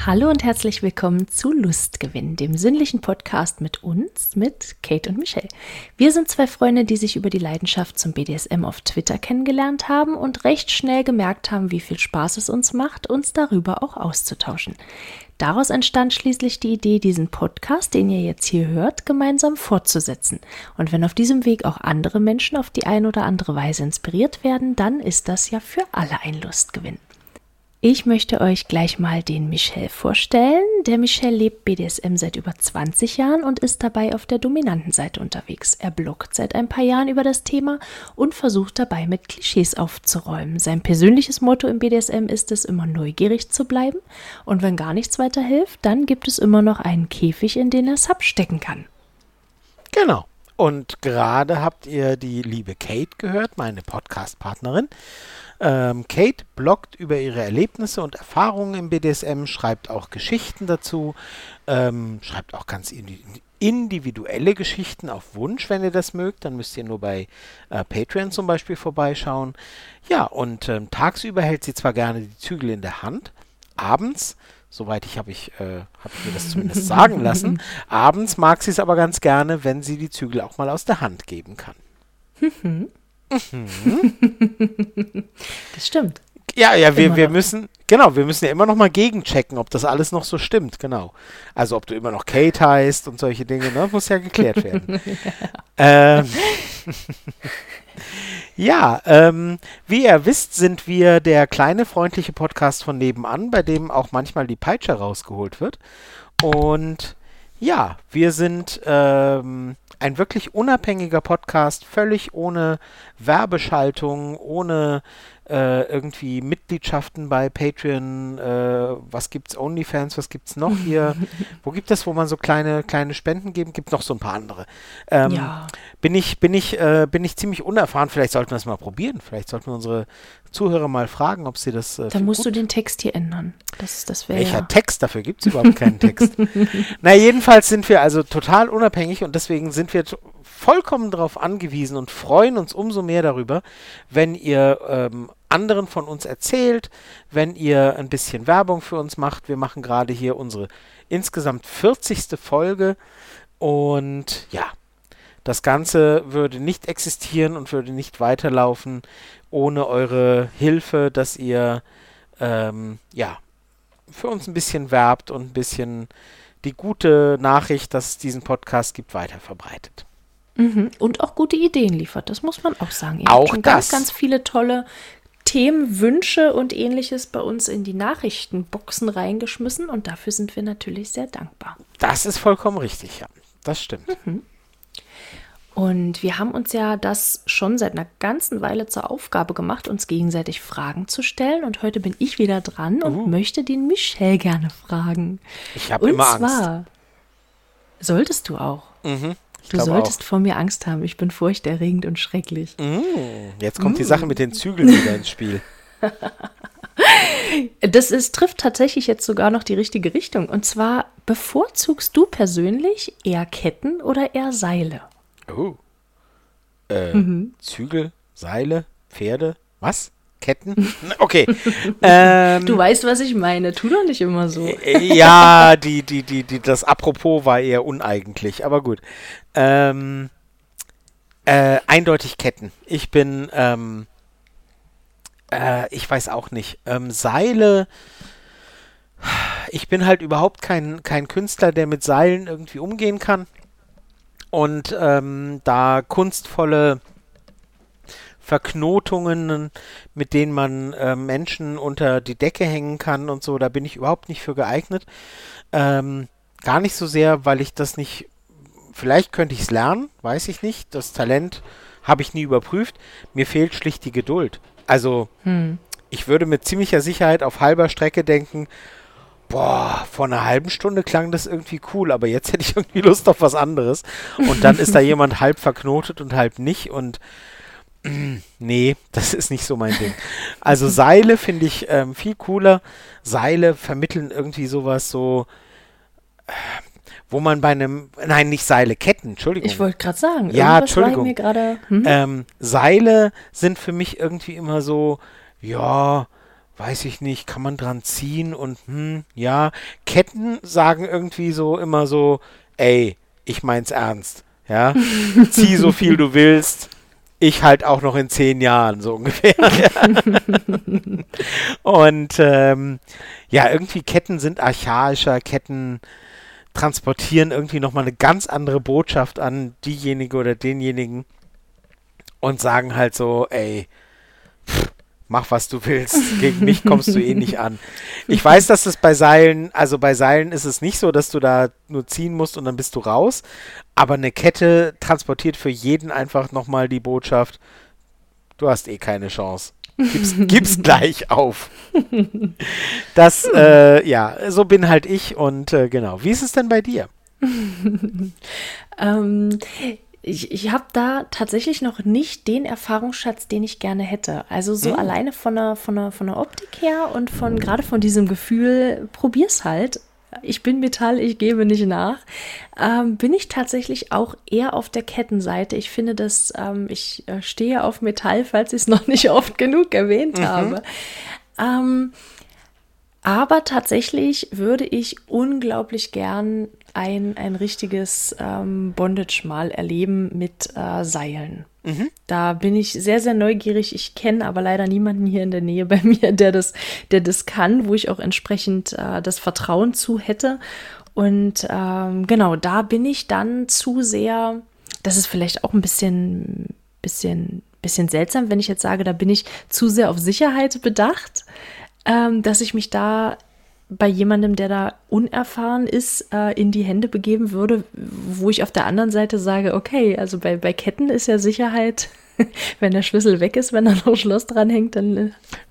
Hallo und herzlich willkommen zu Lustgewinn, dem sinnlichen Podcast mit uns, mit Kate und Michelle. Wir sind zwei Freunde, die sich über die Leidenschaft zum BDSM auf Twitter kennengelernt haben und recht schnell gemerkt haben, wie viel Spaß es uns macht, uns darüber auch auszutauschen. Daraus entstand schließlich die Idee, diesen Podcast, den ihr jetzt hier hört, gemeinsam fortzusetzen. Und wenn auf diesem Weg auch andere Menschen auf die eine oder andere Weise inspiriert werden, dann ist das ja für alle ein Lustgewinn. Ich möchte euch gleich mal den Michel vorstellen. Der Michel lebt BDSM seit über 20 Jahren und ist dabei auf der dominanten Seite unterwegs. Er bloggt seit ein paar Jahren über das Thema und versucht dabei mit Klischees aufzuräumen. Sein persönliches Motto im BDSM ist es, immer neugierig zu bleiben. Und wenn gar nichts weiter hilft, dann gibt es immer noch einen Käfig, in den er Sub stecken kann. Genau. Und gerade habt ihr die liebe Kate gehört, meine Podcast-Partnerin. Kate bloggt über ihre Erlebnisse und Erfahrungen im BDSM, schreibt auch Geschichten dazu, schreibt auch ganz individuelle Geschichten auf Wunsch, wenn ihr das mögt. Dann müsst ihr nur bei Patreon zum Beispiel vorbeischauen. Ja, und tagsüber hält sie zwar gerne die Zügel in der Hand, abends, soweit habe ich mir das zumindest sagen lassen, abends mag sie es aber ganz gerne, wenn sie die Zügel auch mal aus der Hand geben kann. Das stimmt. Ja, wir müssen ja immer noch mal gegenchecken, ob das alles noch so stimmt, genau. Also ob du immer noch Kate heißt und solche Dinge, ne, muss ja geklärt werden. Wie ihr wisst, sind wir der kleine, freundliche Podcast von nebenan, bei dem auch manchmal die Peitsche rausgeholt wird. Und ja, wir sind ein wirklich unabhängiger Podcast, völlig ohne Werbeschaltung, ohne irgendwie Mitgliedschaften bei Patreon, was gibt's, OnlyFans, was gibt's noch hier? Wo gibt es, wo man so kleine Spenden geben? Gibt noch so ein paar andere. Bin ich ziemlich unerfahren, vielleicht sollten wir es mal probieren. Vielleicht sollten wir unsere Zuhörer mal fragen, ob sie das Dann musst du den Text hier ändern. Das wäre Welcher Text? Dafür gibt es überhaupt keinen Text. Na, jedenfalls sind wir also total unabhängig und deswegen sind wir vollkommen darauf angewiesen und freuen uns umso mehr darüber, wenn ihr anderen von uns erzählt, wenn ihr ein bisschen Werbung für uns macht. Wir machen gerade hier unsere insgesamt 40. Folge und ja, das Ganze würde nicht existieren und würde nicht weiterlaufen ohne eure Hilfe, dass ihr für uns ein bisschen werbt und ein bisschen die gute Nachricht, dass es diesen Podcast gibt, weiter verbreitet. Und auch gute Ideen liefert, das muss man auch sagen. Ihr auch habt schon ganz viele tolle Themen, Wünsche und Ähnliches bei uns in die Nachrichtenboxen reingeschmissen und dafür sind wir natürlich sehr dankbar. Das ist vollkommen richtig, ja. Das stimmt. Und wir haben uns ja das schon seit einer ganzen Weile zur Aufgabe gemacht, uns gegenseitig Fragen zu stellen. Und heute bin ich wieder dran und möchte den Michel gerne fragen. Ich habe immer Angst. Und zwar, solltest du auch. Du solltest vor mir Angst haben. Ich bin furchterregend und schrecklich. Jetzt kommt die Sache mit den Zügeln wieder ins Spiel. Trifft tatsächlich jetzt sogar noch die richtige Richtung. Und zwar, bevorzugst du persönlich eher Ketten oder eher Seile? Zügel, Seile, Pferde, was? Ketten? Okay. Du weißt, was ich meine. Tu doch nicht immer so. Ja, das Apropos war eher uneigentlich, aber gut. Eindeutig Ketten. Ich bin, ich weiß auch nicht. Seile, ich bin halt überhaupt kein Künstler, der mit Seilen irgendwie umgehen kann. Und da kunstvolle Verknotungen, mit denen man Menschen unter die Decke hängen kann und so, da bin ich überhaupt nicht für geeignet. Gar nicht so sehr, weil ich das nicht, vielleicht könnte ich es lernen, weiß ich nicht. Das Talent habe ich nie überprüft. Mir fehlt schlicht die Geduld. Also ich würde mit ziemlicher Sicherheit auf halber Strecke denken, boah, vor einer halben Stunde klang das irgendwie cool, aber jetzt hätte ich irgendwie Lust auf was anderes. Und dann ist da jemand halb verknotet und halb nicht und nee, das ist nicht so mein Ding. Also Seile finde ich viel cooler. Seile vermitteln irgendwie sowas so, wo man bei einem, nein, nicht Seile, Ketten, Entschuldigung. Ich wollte gerade sagen, ja, Entschuldigung. Mir grade, Seile sind für mich irgendwie immer so, ja, weiß ich nicht, kann man dran ziehen und ja, Ketten sagen irgendwie so immer so, ey, ich mein's ernst, ja, zieh so viel du willst, ich halt auch noch in 10 Jahren, so ungefähr. Und ja, irgendwie Ketten sind archaischer, Ketten transportieren irgendwie nochmal eine ganz andere Botschaft an diejenige oder denjenigen und sagen halt so, ey, mach was du willst, gegen mich kommst du eh nicht an. Ich weiß, dass es bei Seilen ist es nicht so, dass du da nur ziehen musst und dann bist du raus, aber eine Kette transportiert für jeden einfach nochmal die Botschaft, du hast eh keine Chance. Gib's gleich auf. Das, ja, so bin halt ich und genau. Wie ist es denn bei dir? Ich habe da tatsächlich noch nicht den Erfahrungsschatz, den ich gerne hätte. Also so alleine von der Optik her und gerade von diesem Gefühl, probier's halt. Ich bin Metall, ich gebe nicht nach. Bin ich tatsächlich auch eher auf der Kettenseite. Ich finde, dass ich stehe auf Metall, falls ich es noch nicht oft genug erwähnt habe. Aber tatsächlich würde ich unglaublich gern ein richtiges Bondage mal erleben mit Seilen. Da bin ich sehr, sehr neugierig. Ich kenne aber leider niemanden hier in der Nähe bei mir, der das kann, wo ich auch entsprechend das Vertrauen zu hätte. Und genau, da bin ich dann zu sehr, das ist vielleicht auch ein bisschen seltsam, wenn ich jetzt sage, da bin ich zu sehr auf Sicherheit bedacht, dass ich mich da bei jemandem, der da unerfahren ist, in die Hände begeben würde, wo ich auf der anderen Seite sage, okay, also bei Ketten ist ja Sicherheit, wenn der Schlüssel weg ist, wenn da noch ein Schloss dran hängt, dann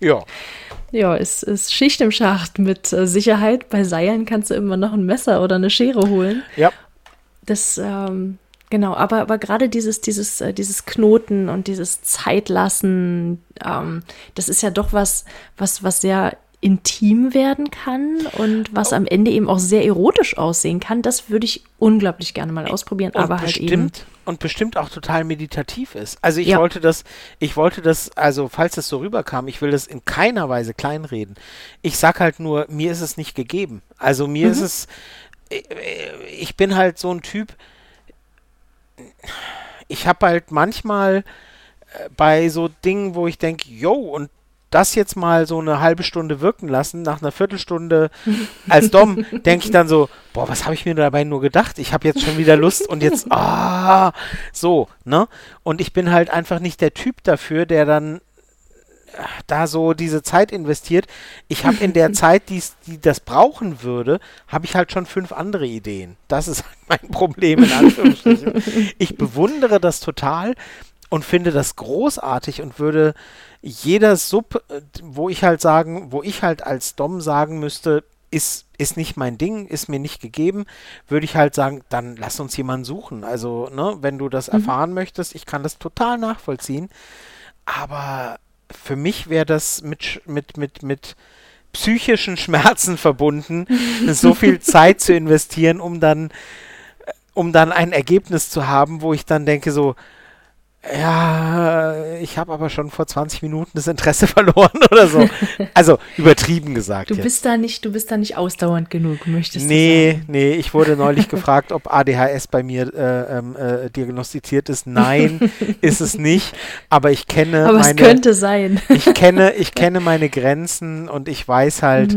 ist Schicht im Schacht mit Sicherheit. Bei Seilen kannst du immer noch ein Messer oder eine Schere holen. Ja. Das, genau, aber gerade dieses Knoten und dieses Zeitlassen, das ist ja doch was sehr intim werden kann und was am Ende eben auch sehr erotisch aussehen kann. Das würde ich unglaublich gerne mal ausprobieren, aber halt eben. Und bestimmt auch total meditativ ist. Also ich wollte das, also falls es so rüberkam, ich will das in keiner Weise kleinreden. Ich sag halt nur, mir ist es nicht gegeben. Also mir ist es, ich bin halt so ein Typ, ich habe halt manchmal bei so Dingen, wo ich denke, und das jetzt mal so eine halbe Stunde wirken lassen, nach einer Viertelstunde als Dom, denke ich dann so, boah, was habe ich mir dabei nur gedacht? Ich habe jetzt schon wieder Lust und jetzt, so, ne? Und ich bin halt einfach nicht der Typ dafür, der dann da so diese Zeit investiert. Ich habe in der Zeit, die das brauchen würde, habe ich halt schon 5 andere Ideen. Das ist halt mein Problem, in Anführungsstrichen. Ich bewundere das total und finde das großartig und würde jeder wo ich halt als Dom sagen müsste, ist nicht mein Ding, ist mir nicht gegeben, würde ich halt sagen, dann lass uns jemanden suchen. Also, ne, wenn du das erfahren möchtest, ich kann das total nachvollziehen, aber für mich wäre das mit psychischen Schmerzen verbunden, so viel Zeit zu investieren, um dann ein Ergebnis zu haben, wo ich dann denke so, ja, ich habe aber schon vor 20 Minuten das Interesse verloren oder so. Also übertrieben gesagt. Du bist da nicht ausdauernd genug, möchtest du sagen? Nee, ich wurde neulich gefragt, ob ADHS bei mir diagnostiziert ist. Nein, ist es nicht. Aber es könnte sein. Ich kenne meine Grenzen und ich weiß halt,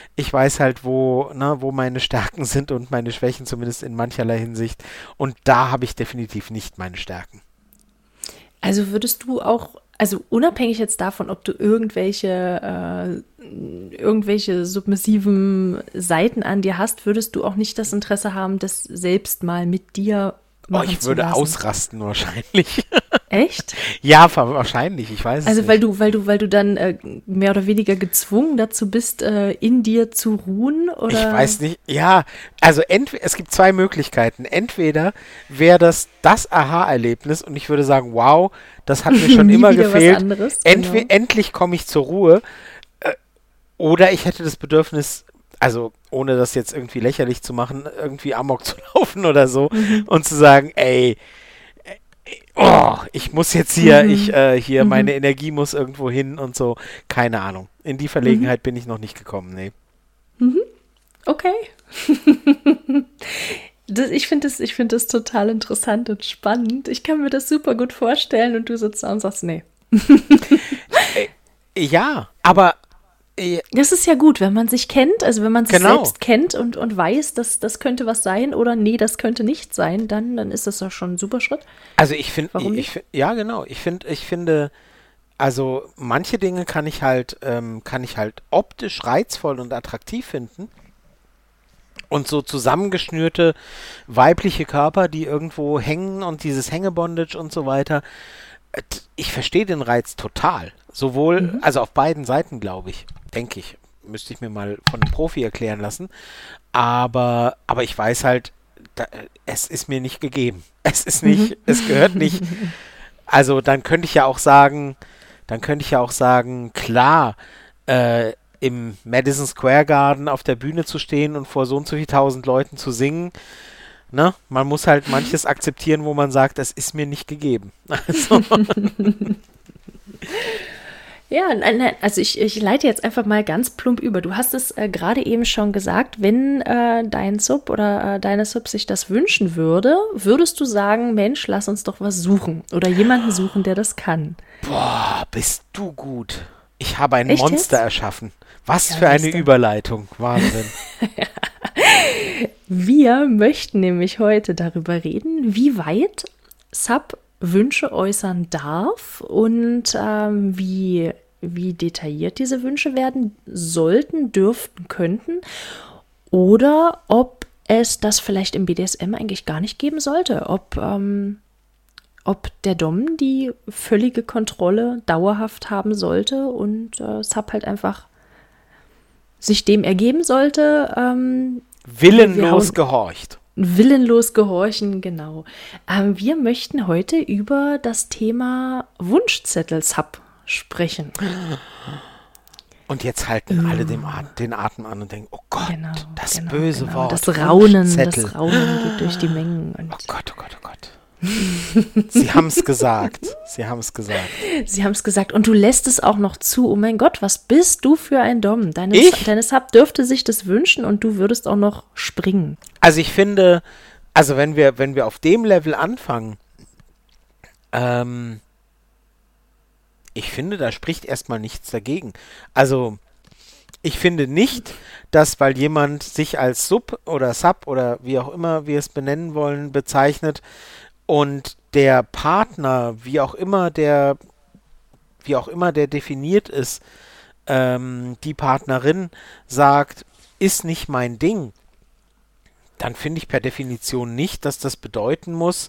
wo meine Stärken sind und meine Schwächen, zumindest in mancherlei Hinsicht. Und da habe ich definitiv nicht meine Stärken. Also würdest du auch, also unabhängig jetzt davon, ob du irgendwelche submissiven Seiten an dir hast, würdest du auch nicht das Interesse haben, das selbst mal mit dir machen ich würde ausrasten wahrscheinlich. Echt? Ja, wahrscheinlich, ich weiß es nicht. Also weil du dann mehr oder weniger gezwungen dazu bist, in dir zu ruhen? Oder? Ich weiß nicht, ja, also es gibt 2 Möglichkeiten. Entweder wäre das Aha-Erlebnis und ich würde sagen, wow, das hat mir schon immer gefehlt. Endlich komme ich zur Ruhe. Oder ich hätte das Bedürfnis, also ohne das jetzt irgendwie lächerlich zu machen, irgendwie Amok zu laufen oder so und zu sagen, ey, ich muss jetzt hier, meine Energie muss irgendwo hin und so, keine Ahnung. In die Verlegenheit bin ich noch nicht gekommen, nee. Okay. Ich find das total interessant und spannend. Ich kann mir das super gut vorstellen und du sitzt da und sagst, nee. Ja, aber das ist ja gut, wenn man sich kennt, also wenn man sich Genau. selbst kennt und weiß, dass das könnte was sein oder nee, das könnte nicht sein, dann ist das doch schon ein super Schritt. also ich finde, Warum nicht? ja genau, ich finde, also manche Dinge kann ich halt optisch reizvoll und attraktiv finden. Und so zusammengeschnürte weibliche Körper, die irgendwo hängen und dieses Hängebondage und so weiter. Ich verstehe den Reiz total. Sowohl, also auf beiden Seiten, glaube ich, denke ich. Müsste ich mir mal von einem Profi erklären lassen. Aber ich weiß halt, es ist mir nicht gegeben. Es ist nicht, es gehört nicht. Also dann könnte ich ja auch sagen, klar, im Madison Square Garden auf der Bühne zu stehen und vor so und so viel tausend Leuten zu singen, ne? Man muss halt manches akzeptieren, wo man sagt, das ist mir nicht gegeben. Also, Ja, nein, also ich leite jetzt einfach mal ganz plump über. Du hast es gerade eben schon gesagt, wenn dein Sub oder deine Sub sich das wünschen würde, würdest du sagen, Mensch, lass uns doch was suchen oder jemanden suchen, der das kann. boah, bist du gut. Ich habe ein Echt Monster jetzt? erschaffen. Was Ja, für eine siehste. Überleitung. Wahnsinn. Wir möchten nämlich heute darüber reden, wie weit Sub Wünsche äußern darf und wie detailliert diese Wünsche werden sollten, dürften, könnten oder ob es das vielleicht im BDSM eigentlich gar nicht geben sollte, ob der Dom die völlige Kontrolle dauerhaft haben sollte und Sub halt einfach sich dem ergeben sollte, Willenlos gehorcht. willenlos gehorchen, genau. Wir möchten heute über das Thema Wunschzettel-Sub sprechen. Und jetzt halten alle den Atem an und denken, oh Gott, das böse Wort. Das Raunen Wunschzettel. geht durch die Mengen. Und Oh Gott, oh Gott, oh Gott. Sie haben es gesagt. Sie haben es gesagt. sie haben es gesagt. Und du lässt es auch noch zu. Oh mein Gott, was bist du für ein Dom? Deine Sub dürfte sich das wünschen und du würdest auch noch springen. Also ich finde, also wenn wir auf dem Level anfangen, ich finde, da spricht erstmal nichts dagegen. Also ich finde nicht, dass weil jemand sich als Sub oder Sub oder wie auch immer wir es benennen wollen, bezeichnet und der Partner, wie auch immer der definiert ist, die Partnerin sagt, ist nicht mein Ding, dann finde ich per Definition nicht, dass das bedeuten muss,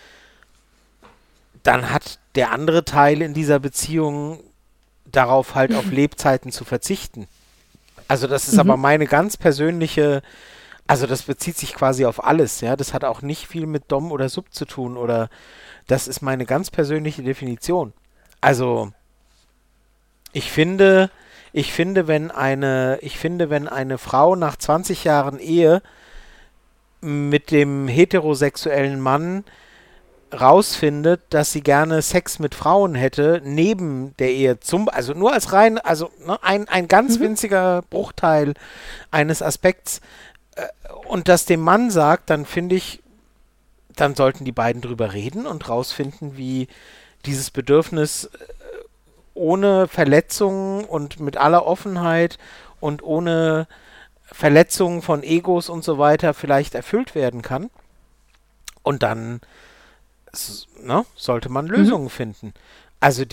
dann hat der andere Teil in dieser Beziehung darauf halt auf Lebzeiten zu verzichten. Also das ist aber meine ganz persönliche, also das bezieht sich quasi auf alles, ja, das hat auch nicht viel mit Dom oder Sub zu tun oder das ist meine ganz persönliche Definition. Also ich finde, wenn eine Frau nach 20 Jahren Ehe mit dem heterosexuellen Mann rausfindet, dass sie gerne Sex mit Frauen hätte, neben der Ehe, also nur als rein, also ne, ein ganz winziger Bruchteil eines Aspekts, und das dem Mann sagt, dann finde ich, dann sollten die beiden drüber reden und rausfinden, wie dieses Bedürfnis ohne Verletzungen und mit aller Offenheit und ohne Verletzungen von Egos und so weiter vielleicht erfüllt werden kann. Und dann sollte man Lösungen finden. Also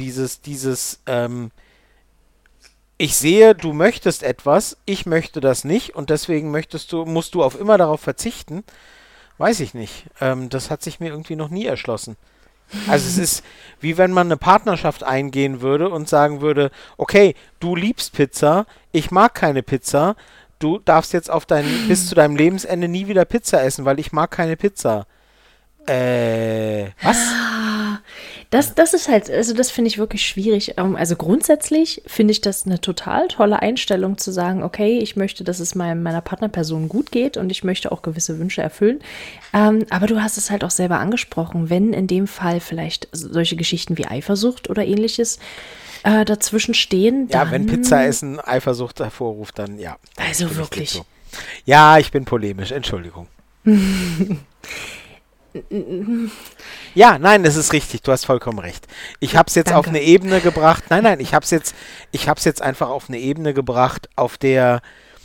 ich sehe, du möchtest etwas, ich möchte das nicht und deswegen musst du auf immer darauf verzichten, weiß ich nicht. Das hat sich mir irgendwie noch nie erschlossen. Also es ist wie wenn man eine Partnerschaft eingehen würde und sagen würde, okay, du liebst Pizza, ich mag keine Pizza, du darfst jetzt bis zu deinem Lebensende nie wieder Pizza essen, weil ich mag keine Pizza. Was? Das ist halt, also das finde ich wirklich schwierig. Also grundsätzlich finde ich das eine total tolle Einstellung zu sagen, okay, ich möchte, dass es meiner Partnerperson gut geht und ich möchte auch gewisse Wünsche erfüllen. Aber du hast es halt auch selber angesprochen, wenn in dem Fall vielleicht solche Geschichten wie Eifersucht oder ähnliches dazwischen stehen, dann... Ja, wenn Pizza essen Eifersucht hervorruft, dann ja. Dann Also stimme ich dir wirklich. zu. Ja, ich bin polemisch, Entschuldigung. Ja, nein, das ist richtig, du hast vollkommen recht. Ich habe es jetzt auf Danke. eine Ebene gebracht, nein, ich hab's jetzt einfach auf eine Ebene gebracht, auf der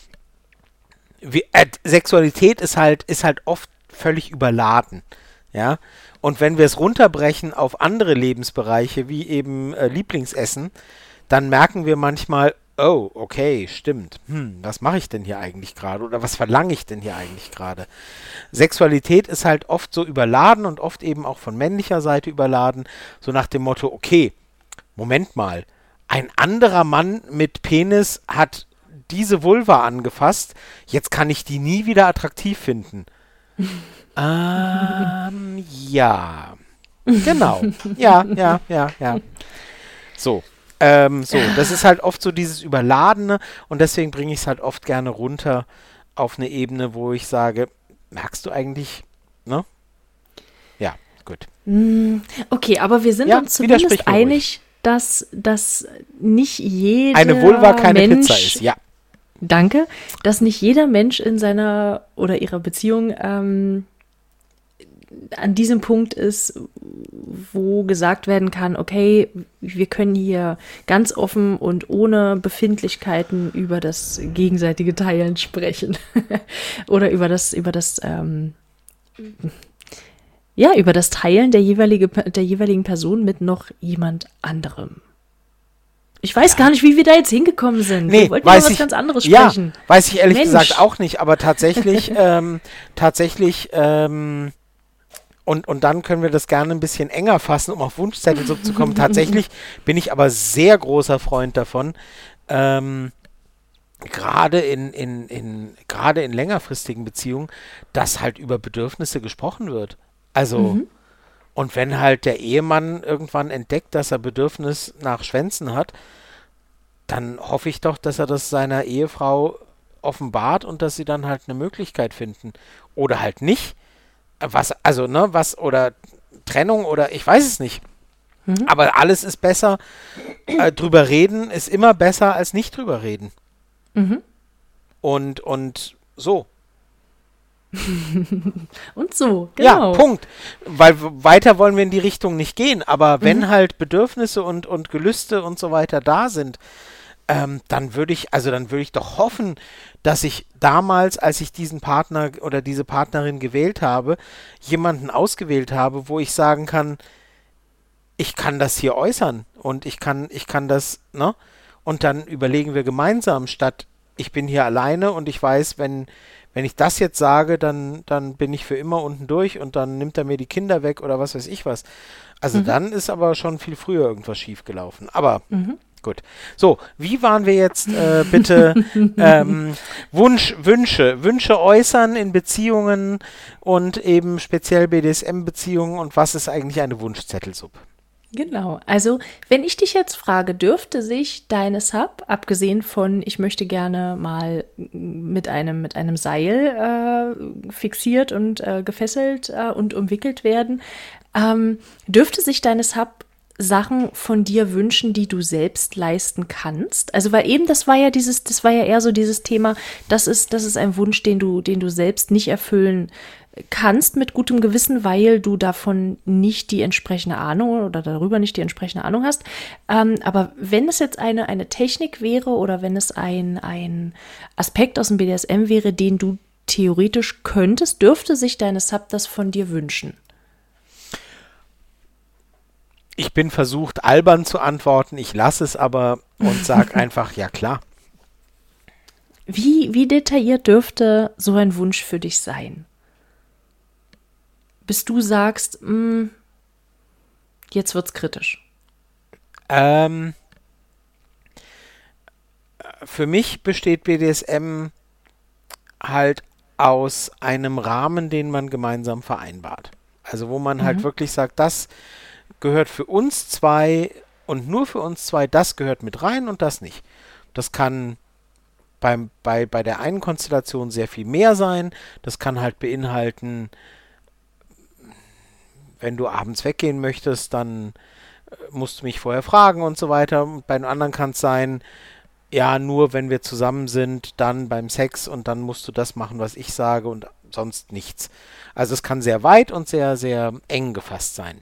Sexualität ist halt oft völlig überladen, ja. Und wenn wir es runterbrechen auf andere Lebensbereiche, wie eben Lieblingsessen, dann merken wir manchmal, oh, okay, stimmt. Was mache ich denn hier eigentlich gerade? Oder was verlange ich denn hier eigentlich gerade? Sexualität ist halt oft so überladen und oft eben auch von männlicher Seite überladen, so nach dem Motto, okay, Moment mal, ein anderer Mann mit Penis hat diese Vulva angefasst, jetzt kann ich die nie wieder attraktiv finden. Ja. Genau. Ja, ja, ja, ja. So, das ist halt oft so dieses Überladene und deswegen bringe ich es halt oft gerne runter auf eine Ebene, wo ich sage, merkst du eigentlich, ne? Ja, gut. Okay, aber wir sind Ja, uns widersprich zumindest mir einig, dass nicht jeder Eine Vulva keine Mensch, Pizza ist, ja. danke, dass nicht jeder Mensch in seiner oder ihrer Beziehung an diesem Punkt ist, wo gesagt werden kann, okay, wir können hier ganz offen und ohne Befindlichkeiten über das gegenseitige Teilen sprechen. Oder über das Teilen der jeweiligen Person mit noch jemand anderem. Ich weiß gar nicht, wie wir da jetzt hingekommen sind. Nee, Wir wollten über was ganz anderes sprechen. Ja, weiß ich ehrlich Mensch. gesagt auch nicht, aber tatsächlich, und dann können wir das gerne ein bisschen enger fassen, um auf Wunschzettel zurückzukommen. Tatsächlich bin ich aber sehr großer Freund davon, gerade in längerfristigen Beziehungen, dass halt über Bedürfnisse gesprochen wird. Also, und wenn halt der Ehemann irgendwann entdeckt, dass er Bedürfnis nach Schwänzen hat, dann hoffe ich doch, dass er das seiner Ehefrau offenbart und dass sie dann halt eine Möglichkeit finden. Oder halt nicht. Oder Trennung oder ich weiß es nicht. Aber alles ist besser. Drüber reden ist immer besser als nicht drüber reden. Und so. Und so, genau. Ja, Punkt. Weil weiter wollen wir in die Richtung nicht gehen. Aber wenn halt Bedürfnisse und Gelüste und so weiter da sind, dann würde ich doch hoffen, dass ich damals, als ich diesen Partner oder diese Partnerin gewählt habe, jemanden ausgewählt habe, wo ich sagen kann, ich kann das hier äußern und ich kann das, ne? Und dann überlegen wir gemeinsam, statt ich bin hier alleine und ich weiß, wenn ich das jetzt sage, dann bin ich für immer unten durch und dann nimmt er mir die Kinder weg oder was weiß ich was. Also dann ist aber schon viel früher irgendwas schiefgelaufen. Aber gut. So, wie waren wir jetzt bitte Wünsche äußern in Beziehungen und eben speziell BDSM-Beziehungen und was ist eigentlich eine Wunschzettelsuppe? Genau. Also, wenn ich dich jetzt frage, dürfte sich deine Sub, abgesehen von, ich möchte gerne mal mit einem Seil fixiert und gefesselt und umwickelt werden, dürfte sich deine Sub Sachen von dir wünschen, die du selbst leisten kannst? Also, weil eben das war ja eher so dieses Thema, das ist ein Wunsch, den du selbst nicht erfüllen kannst mit gutem Gewissen, weil du davon nicht die entsprechende Ahnung oder darüber nicht die entsprechende Ahnung hast. Aber wenn es jetzt eine Technik wäre oder wenn es ein Aspekt aus dem BDSM wäre, den du theoretisch könntest, dürfte sich deine Sub das von dir wünschen? Ich bin versucht, albern zu antworten, ich lasse es aber und sage einfach, ja klar. Wie detailliert dürfte so ein Wunsch für dich sein? Bis du sagst, jetzt wird's kritisch. Für mich besteht BDSM halt aus einem Rahmen, den man gemeinsam vereinbart. Also wo man halt wirklich sagt, das gehört für uns zwei und nur für uns zwei, das gehört mit rein und das nicht. Das kann bei der einen Konstellation sehr viel mehr sein. Das kann halt beinhalten, wenn du abends weggehen möchtest, dann musst du mich vorher fragen und so weiter. Und bei den anderen kann es sein, ja, nur wenn wir zusammen sind, dann beim Sex und dann musst du das machen, was ich sage und sonst nichts. Also es kann sehr weit und sehr, sehr eng gefasst sein.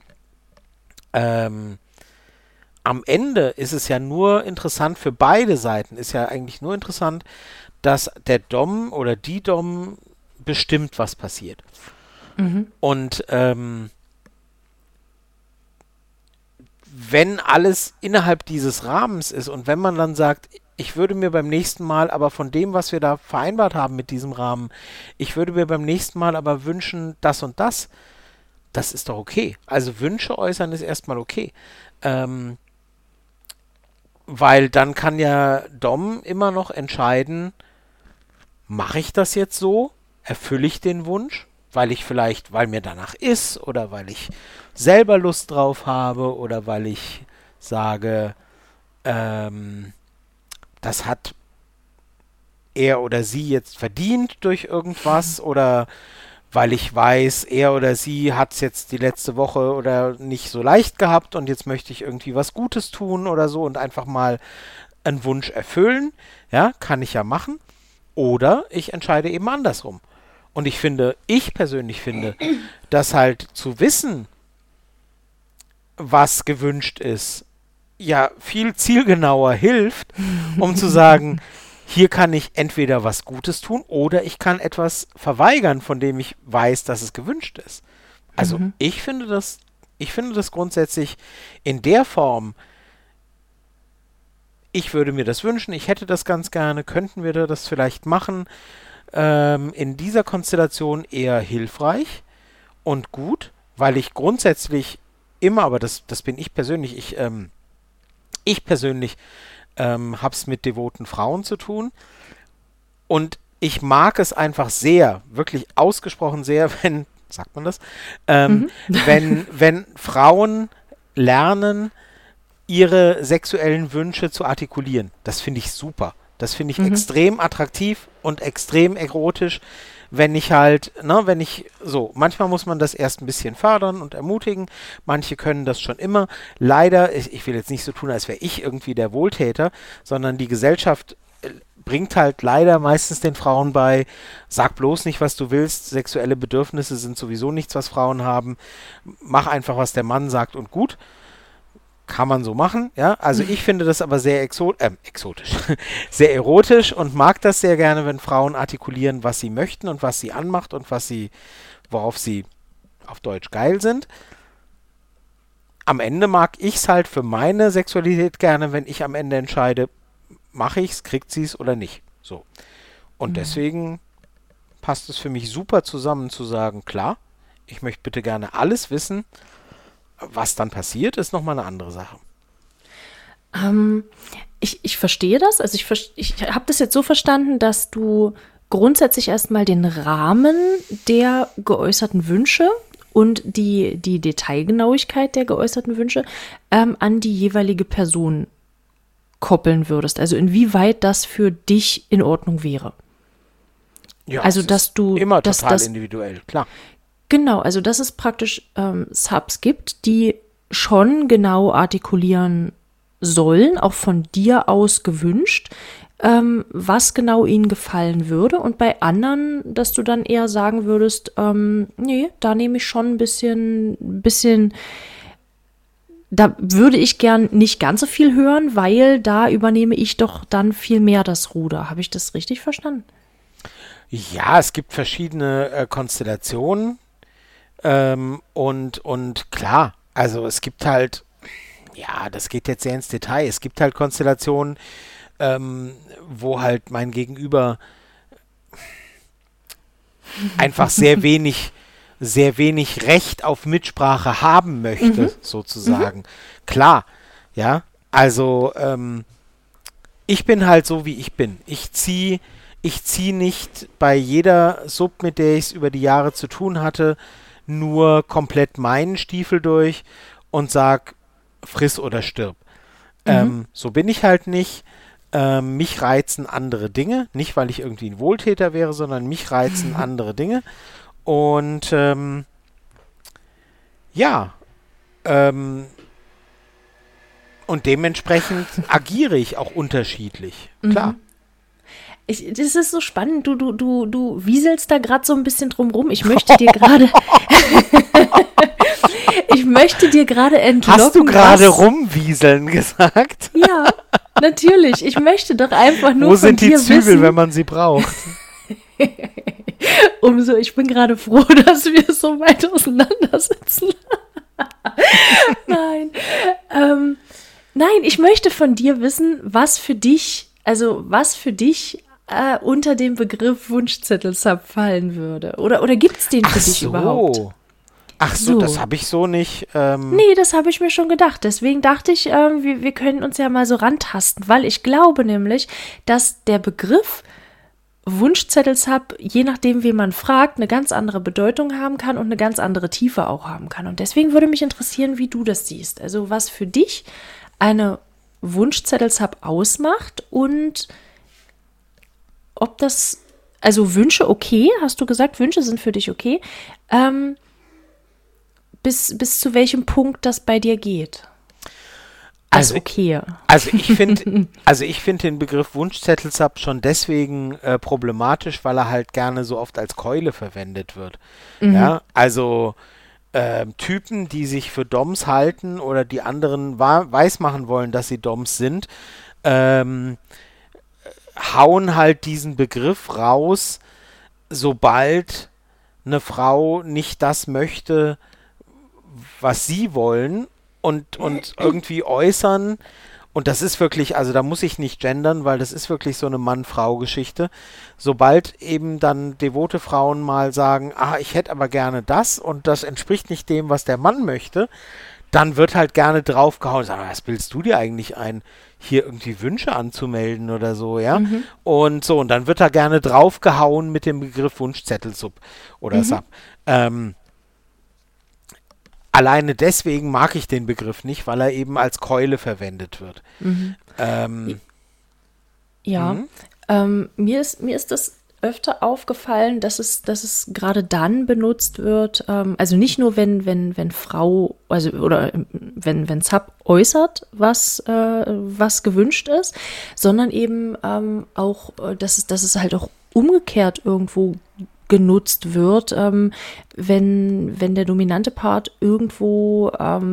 Am Ende ist es ja nur interessant für beide Seiten, ist ja eigentlich nur interessant, dass der Dom oder die Dom bestimmt, was passiert. Und wenn alles innerhalb dieses Rahmens ist und wenn man dann sagt, ich würde mir beim nächsten Mal aber von dem, was wir da vereinbart haben mit diesem Rahmen, ich würde mir beim nächsten Mal aber wünschen, das und das, das ist doch okay. Also Wünsche äußern ist erstmal okay. Weil dann kann ja Dom immer noch entscheiden, mache ich das jetzt so? Erfülle ich den Wunsch? Weil mir danach ist oder weil ich selber Lust drauf habe oder weil ich sage, das hat er oder sie jetzt verdient durch irgendwas oder weil ich weiß, er oder sie hat es jetzt die letzte Woche oder nicht so leicht gehabt und jetzt möchte ich irgendwie was Gutes tun oder so und einfach mal einen Wunsch erfüllen. Ja, kann ich ja machen. Oder ich entscheide eben andersrum. Und ich persönlich finde, dass halt zu wissen, was gewünscht ist, ja viel zielgenauer hilft, um zu sagen, hier kann ich entweder was Gutes tun oder ich kann etwas verweigern, von dem ich weiß, dass es gewünscht ist. Also ich finde das grundsätzlich in der Form, ich würde mir das wünschen, ich hätte das ganz gerne, könnten wir das vielleicht machen, in dieser Konstellation eher hilfreich und gut, weil ich grundsätzlich immer, aber das bin ich persönlich, ich persönlich habe es mit devoten Frauen zu tun und ich mag es einfach sehr, wirklich ausgesprochen sehr, sagt man das, wenn Frauen lernen, ihre sexuellen Wünsche zu artikulieren. Das finde ich super. Das finde ich extrem attraktiv und extrem erotisch, manchmal muss man das erst ein bisschen fördern und ermutigen, manche können das schon immer. Leider, ich will jetzt nicht so tun, als wäre ich irgendwie der Wohltäter, sondern die Gesellschaft bringt halt leider meistens den Frauen bei, sag bloß nicht, was du willst, sexuelle Bedürfnisse sind sowieso nichts, was Frauen haben, mach einfach, was der Mann sagt und gut. Kann man so machen, ja. Also ich finde das aber sehr exotisch, sehr erotisch und mag das sehr gerne, wenn Frauen artikulieren, was sie möchten und was sie anmacht und worauf sie auf Deutsch geil sind. Am Ende mag ich es halt für meine Sexualität gerne, wenn ich am Ende entscheide, mache ich's, kriegt sie es oder nicht. So. Und deswegen passt es für mich super zusammen zu sagen, klar, ich möchte bitte gerne alles wissen. Was dann passiert, ist nochmal eine andere Sache. Ich verstehe das. Also ich habe das jetzt so verstanden, dass du grundsätzlich erstmal den Rahmen der geäußerten Wünsche und die Detailgenauigkeit der geäußerten Wünsche an die jeweilige Person koppeln würdest. Also inwieweit das für dich in Ordnung wäre. Ja, also dass du immer total individuell, klar. Genau, also dass es praktisch Subs gibt, die schon genau artikulieren sollen, auch von dir aus gewünscht, was genau ihnen gefallen würde. Und bei anderen, dass du dann eher sagen würdest, nee, da nehme ich schon ein bisschen, da würde ich gern nicht ganz so viel hören, weil da übernehme ich doch dann viel mehr das Ruder. Habe ich das richtig verstanden? Ja, es gibt verschiedene Konstellationen. Und klar, also es gibt halt, ja, das geht jetzt sehr ins Detail, es gibt halt Konstellationen, wo halt mein Gegenüber einfach sehr wenig Recht auf Mitsprache haben möchte, sozusagen. Klar, ja, also ich bin halt so, wie ich bin. Ich ziehe nicht bei jeder Sub, mit der ich es über die Jahre zu tun hatte, nur komplett meinen Stiefel durch und sag, friss oder stirb. So bin ich halt nicht. Mich reizen andere Dinge. Nicht, weil ich irgendwie ein Wohltäter wäre, sondern mich reizen andere Dinge. Und Und dementsprechend agiere ich auch unterschiedlich. Klar. Das ist so spannend. Du wieselst da gerade so ein bisschen drum rum. Ich möchte dir gerade entlocken. Hast du gerade rumwieseln gesagt? Ja, natürlich. Ich möchte doch einfach nur Wo von sind die dir Zügel, wissen, wenn man sie braucht? ich bin gerade froh, dass wir so weit auseinandersitzen. Nein. Nein, ich möchte von dir wissen, was für dich unter dem Begriff Wunschzettel-Sub fallen würde. Oder gibt es den für dich überhaupt? Ach so, das habe ich so nicht. Nee, das habe ich mir schon gedacht. Deswegen dachte ich, wir können uns ja mal so rantasten, weil ich glaube nämlich, dass der Begriff Wunschzettel-Sub, je nachdem, wen man fragt, eine ganz andere Bedeutung haben kann und eine ganz andere Tiefe auch haben kann. Und deswegen würde mich interessieren, wie du das siehst. Also was für dich eine Wunschzettel-Sub ausmacht und ob das, also Wünsche okay, hast du gesagt, Wünsche sind für dich okay, bis zu welchem Punkt das bei dir geht. Also okay. Also ich finde den Begriff Wunschzettel-Sub schon deswegen problematisch, weil er halt gerne so oft als Keule verwendet wird. Ja, also Typen, die sich für Doms halten oder die anderen weismachen wollen, dass sie Doms sind, hauen halt diesen Begriff raus, sobald eine Frau nicht das möchte, was sie wollen und irgendwie äußern. Und das ist wirklich, also da muss ich nicht gendern, weil das ist wirklich so eine Mann-Frau-Geschichte. Sobald eben dann devote Frauen mal sagen, ich hätte aber gerne das und das entspricht nicht dem, was der Mann möchte, dann wird halt gerne draufgehauen. Sag mal, was bildest du dir eigentlich ein, hier irgendwie Wünsche anzumelden oder so, ja? Und so, und dann wird da gerne draufgehauen mit dem Begriff Wunschzettel-Sub oder Sub. Alleine deswegen mag ich den Begriff nicht, weil er eben als Keule verwendet wird. Mir ist das öfter aufgefallen, dass es gerade dann benutzt wird, also nicht nur wenn Frau, also oder wenn Sub äußert, was gewünscht ist, sondern eben auch, dass es halt auch umgekehrt irgendwo genutzt wird, wenn der dominante Part irgendwo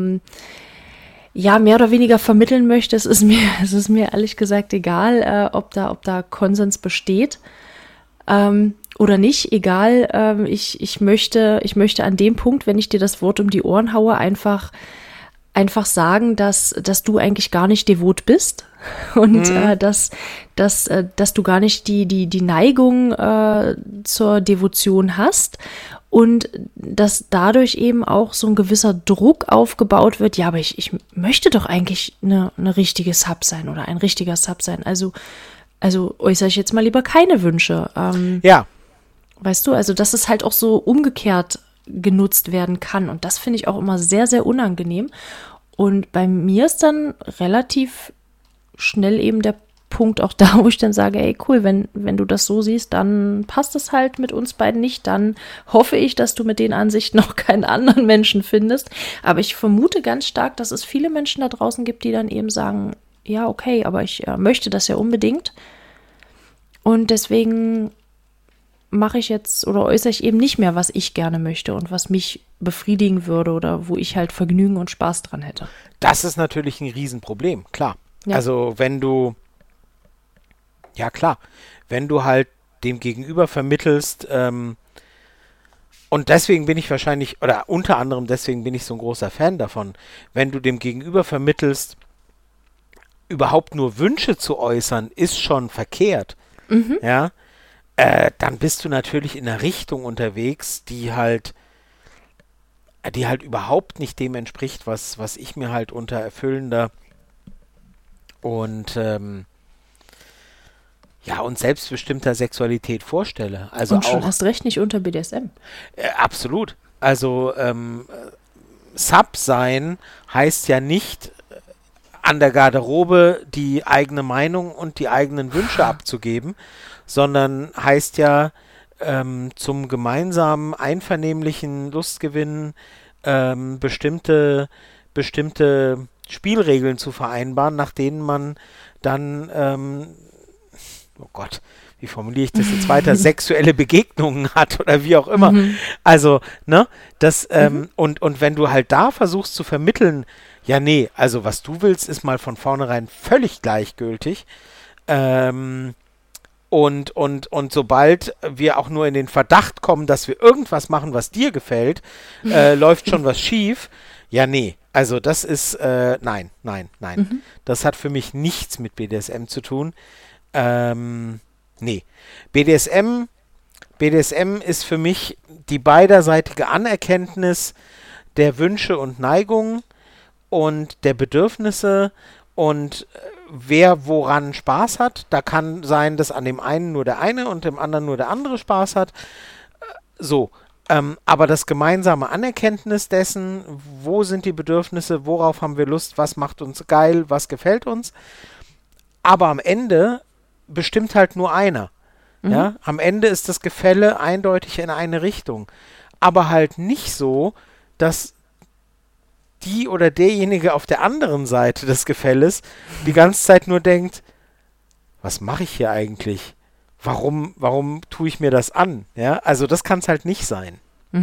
mehr oder weniger vermitteln möchte. Es ist mir ehrlich gesagt egal, ob da Konsens besteht oder nicht. Egal, ich möchte an dem Punkt, wenn ich dir das Wort um die Ohren haue, einfach sagen, dass du eigentlich gar nicht devot bist und dass du gar nicht die Neigung zur Devotion hast und dass dadurch eben auch so ein gewisser Druck aufgebaut wird, ja, aber ich möchte doch eigentlich eine richtige Sub sein oder ein richtiger Sub sein, also äußere ich jetzt mal lieber keine Wünsche. Ja. Weißt du, also dass es halt auch so umgekehrt genutzt werden kann. Und das finde ich auch immer sehr, sehr unangenehm. Und bei mir ist dann relativ schnell eben der Punkt auch da, wo ich dann sage, ey, cool, wenn du das so siehst, dann passt es halt mit uns beiden nicht. Dann hoffe ich, dass du mit den Ansichten noch keinen anderen Menschen findest. Aber ich vermute ganz stark, dass es viele Menschen da draußen gibt, die dann eben sagen, ja, okay, aber ich möchte das ja unbedingt. Und deswegen mache ich jetzt oder äußere ich eben nicht mehr, was ich gerne möchte und was mich befriedigen würde oder wo ich halt Vergnügen und Spaß dran hätte. Das ist natürlich ein Riesenproblem, klar. Ja. Also wenn du halt dem Gegenüber vermittelst, und deswegen bin ich wahrscheinlich, oder unter anderem deswegen bin ich so ein großer Fan davon, wenn du dem Gegenüber vermittelst, überhaupt nur Wünsche zu äußern, ist schon verkehrt, ja, dann bist du natürlich in einer Richtung unterwegs, die halt überhaupt nicht dem entspricht, was ich mir halt unter erfüllender und und selbstbestimmter Sexualität vorstelle. Also und schon auch, erst recht nicht unter BDSM. Absolut. Also Sub sein heißt ja nicht an der Garderobe die eigene Meinung und die eigenen Wünsche abzugeben, sondern heißt ja zum gemeinsamen einvernehmlichen Lustgewinn bestimmte Spielregeln zu vereinbaren, nach denen man dann, oh Gott, wie formuliere ich das jetzt weiter, sexuelle Begegnungen hat oder wie auch immer. Also, ne, das, und wenn du halt da versuchst zu vermitteln, ja, nee, also was du willst, ist mal von vornherein völlig gleichgültig. Und sobald wir auch nur in den Verdacht kommen, dass wir irgendwas machen, was dir gefällt, läuft schon was schief. Ja, nee, also das ist, nein. Das hat für mich nichts mit BDSM zu tun. Nee. BDSM ist für mich die beiderseitige Anerkenntnis der Wünsche und Neigungen und der Bedürfnisse und wer woran Spaß hat. Da kann sein, dass an dem einen nur der eine und dem anderen nur der andere Spaß hat. So. Aber das gemeinsame Anerkenntnis dessen, wo sind die Bedürfnisse, worauf haben wir Lust, was macht uns geil, was gefällt uns. Aber am Ende bestimmt halt nur einer. Ja? Am Ende ist das Gefälle eindeutig in eine Richtung. Aber halt nicht so, dass die oder derjenige auf der anderen Seite des Gefälles die ganze Zeit nur denkt, was mache ich hier eigentlich? Warum tue ich mir das an? Ja, also das kann es halt nicht sein.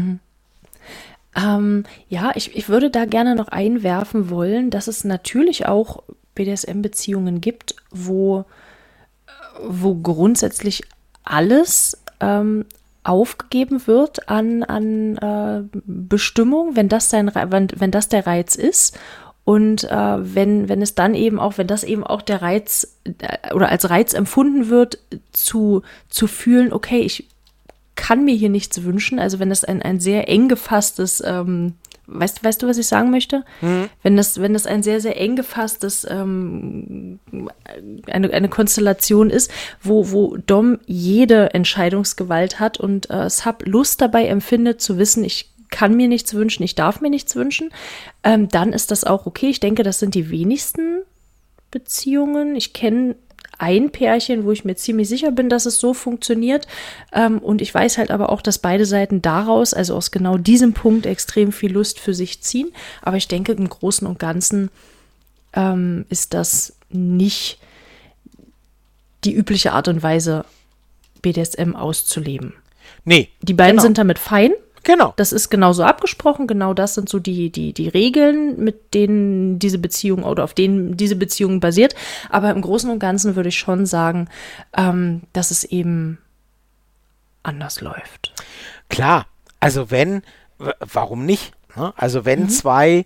Ja, ich würde da gerne noch einwerfen wollen, dass es natürlich auch BDSM-Beziehungen gibt, wo grundsätzlich alles aufgegeben wird an Bestimmung, wenn das der Reiz ist. Und wenn das eben auch der Reiz oder als Reiz empfunden wird, zu fühlen, okay, ich kann mir hier nichts wünschen, also wenn das ein sehr eng gefasstes, weißt du, was ich sagen möchte? Wenn das ein sehr, sehr eng gefasstes, eine Konstellation ist, wo Dom jede Entscheidungsgewalt hat und Sub Lust dabei empfindet, zu wissen, ich kann mir nichts wünschen, ich darf mir nichts wünschen, dann ist das auch okay. Ich denke, das sind die wenigsten Beziehungen. Ich kenne ein Pärchen, wo ich mir ziemlich sicher bin, dass es so funktioniert. Und ich weiß halt aber auch, dass beide Seiten daraus, also aus genau diesem Punkt, extrem viel Lust für sich ziehen. Aber ich denke, im Großen und Ganzen ist das nicht die übliche Art und Weise, BDSM auszuleben. Nee. Die beiden sind damit fein. Genau. Das ist genauso abgesprochen. Genau das sind so die Regeln, mit denen diese Beziehung oder auf denen diese Beziehung basiert. Aber im Großen und Ganzen würde ich schon sagen, dass es eben anders läuft. Klar. Also warum nicht? Ne? Also wenn zwei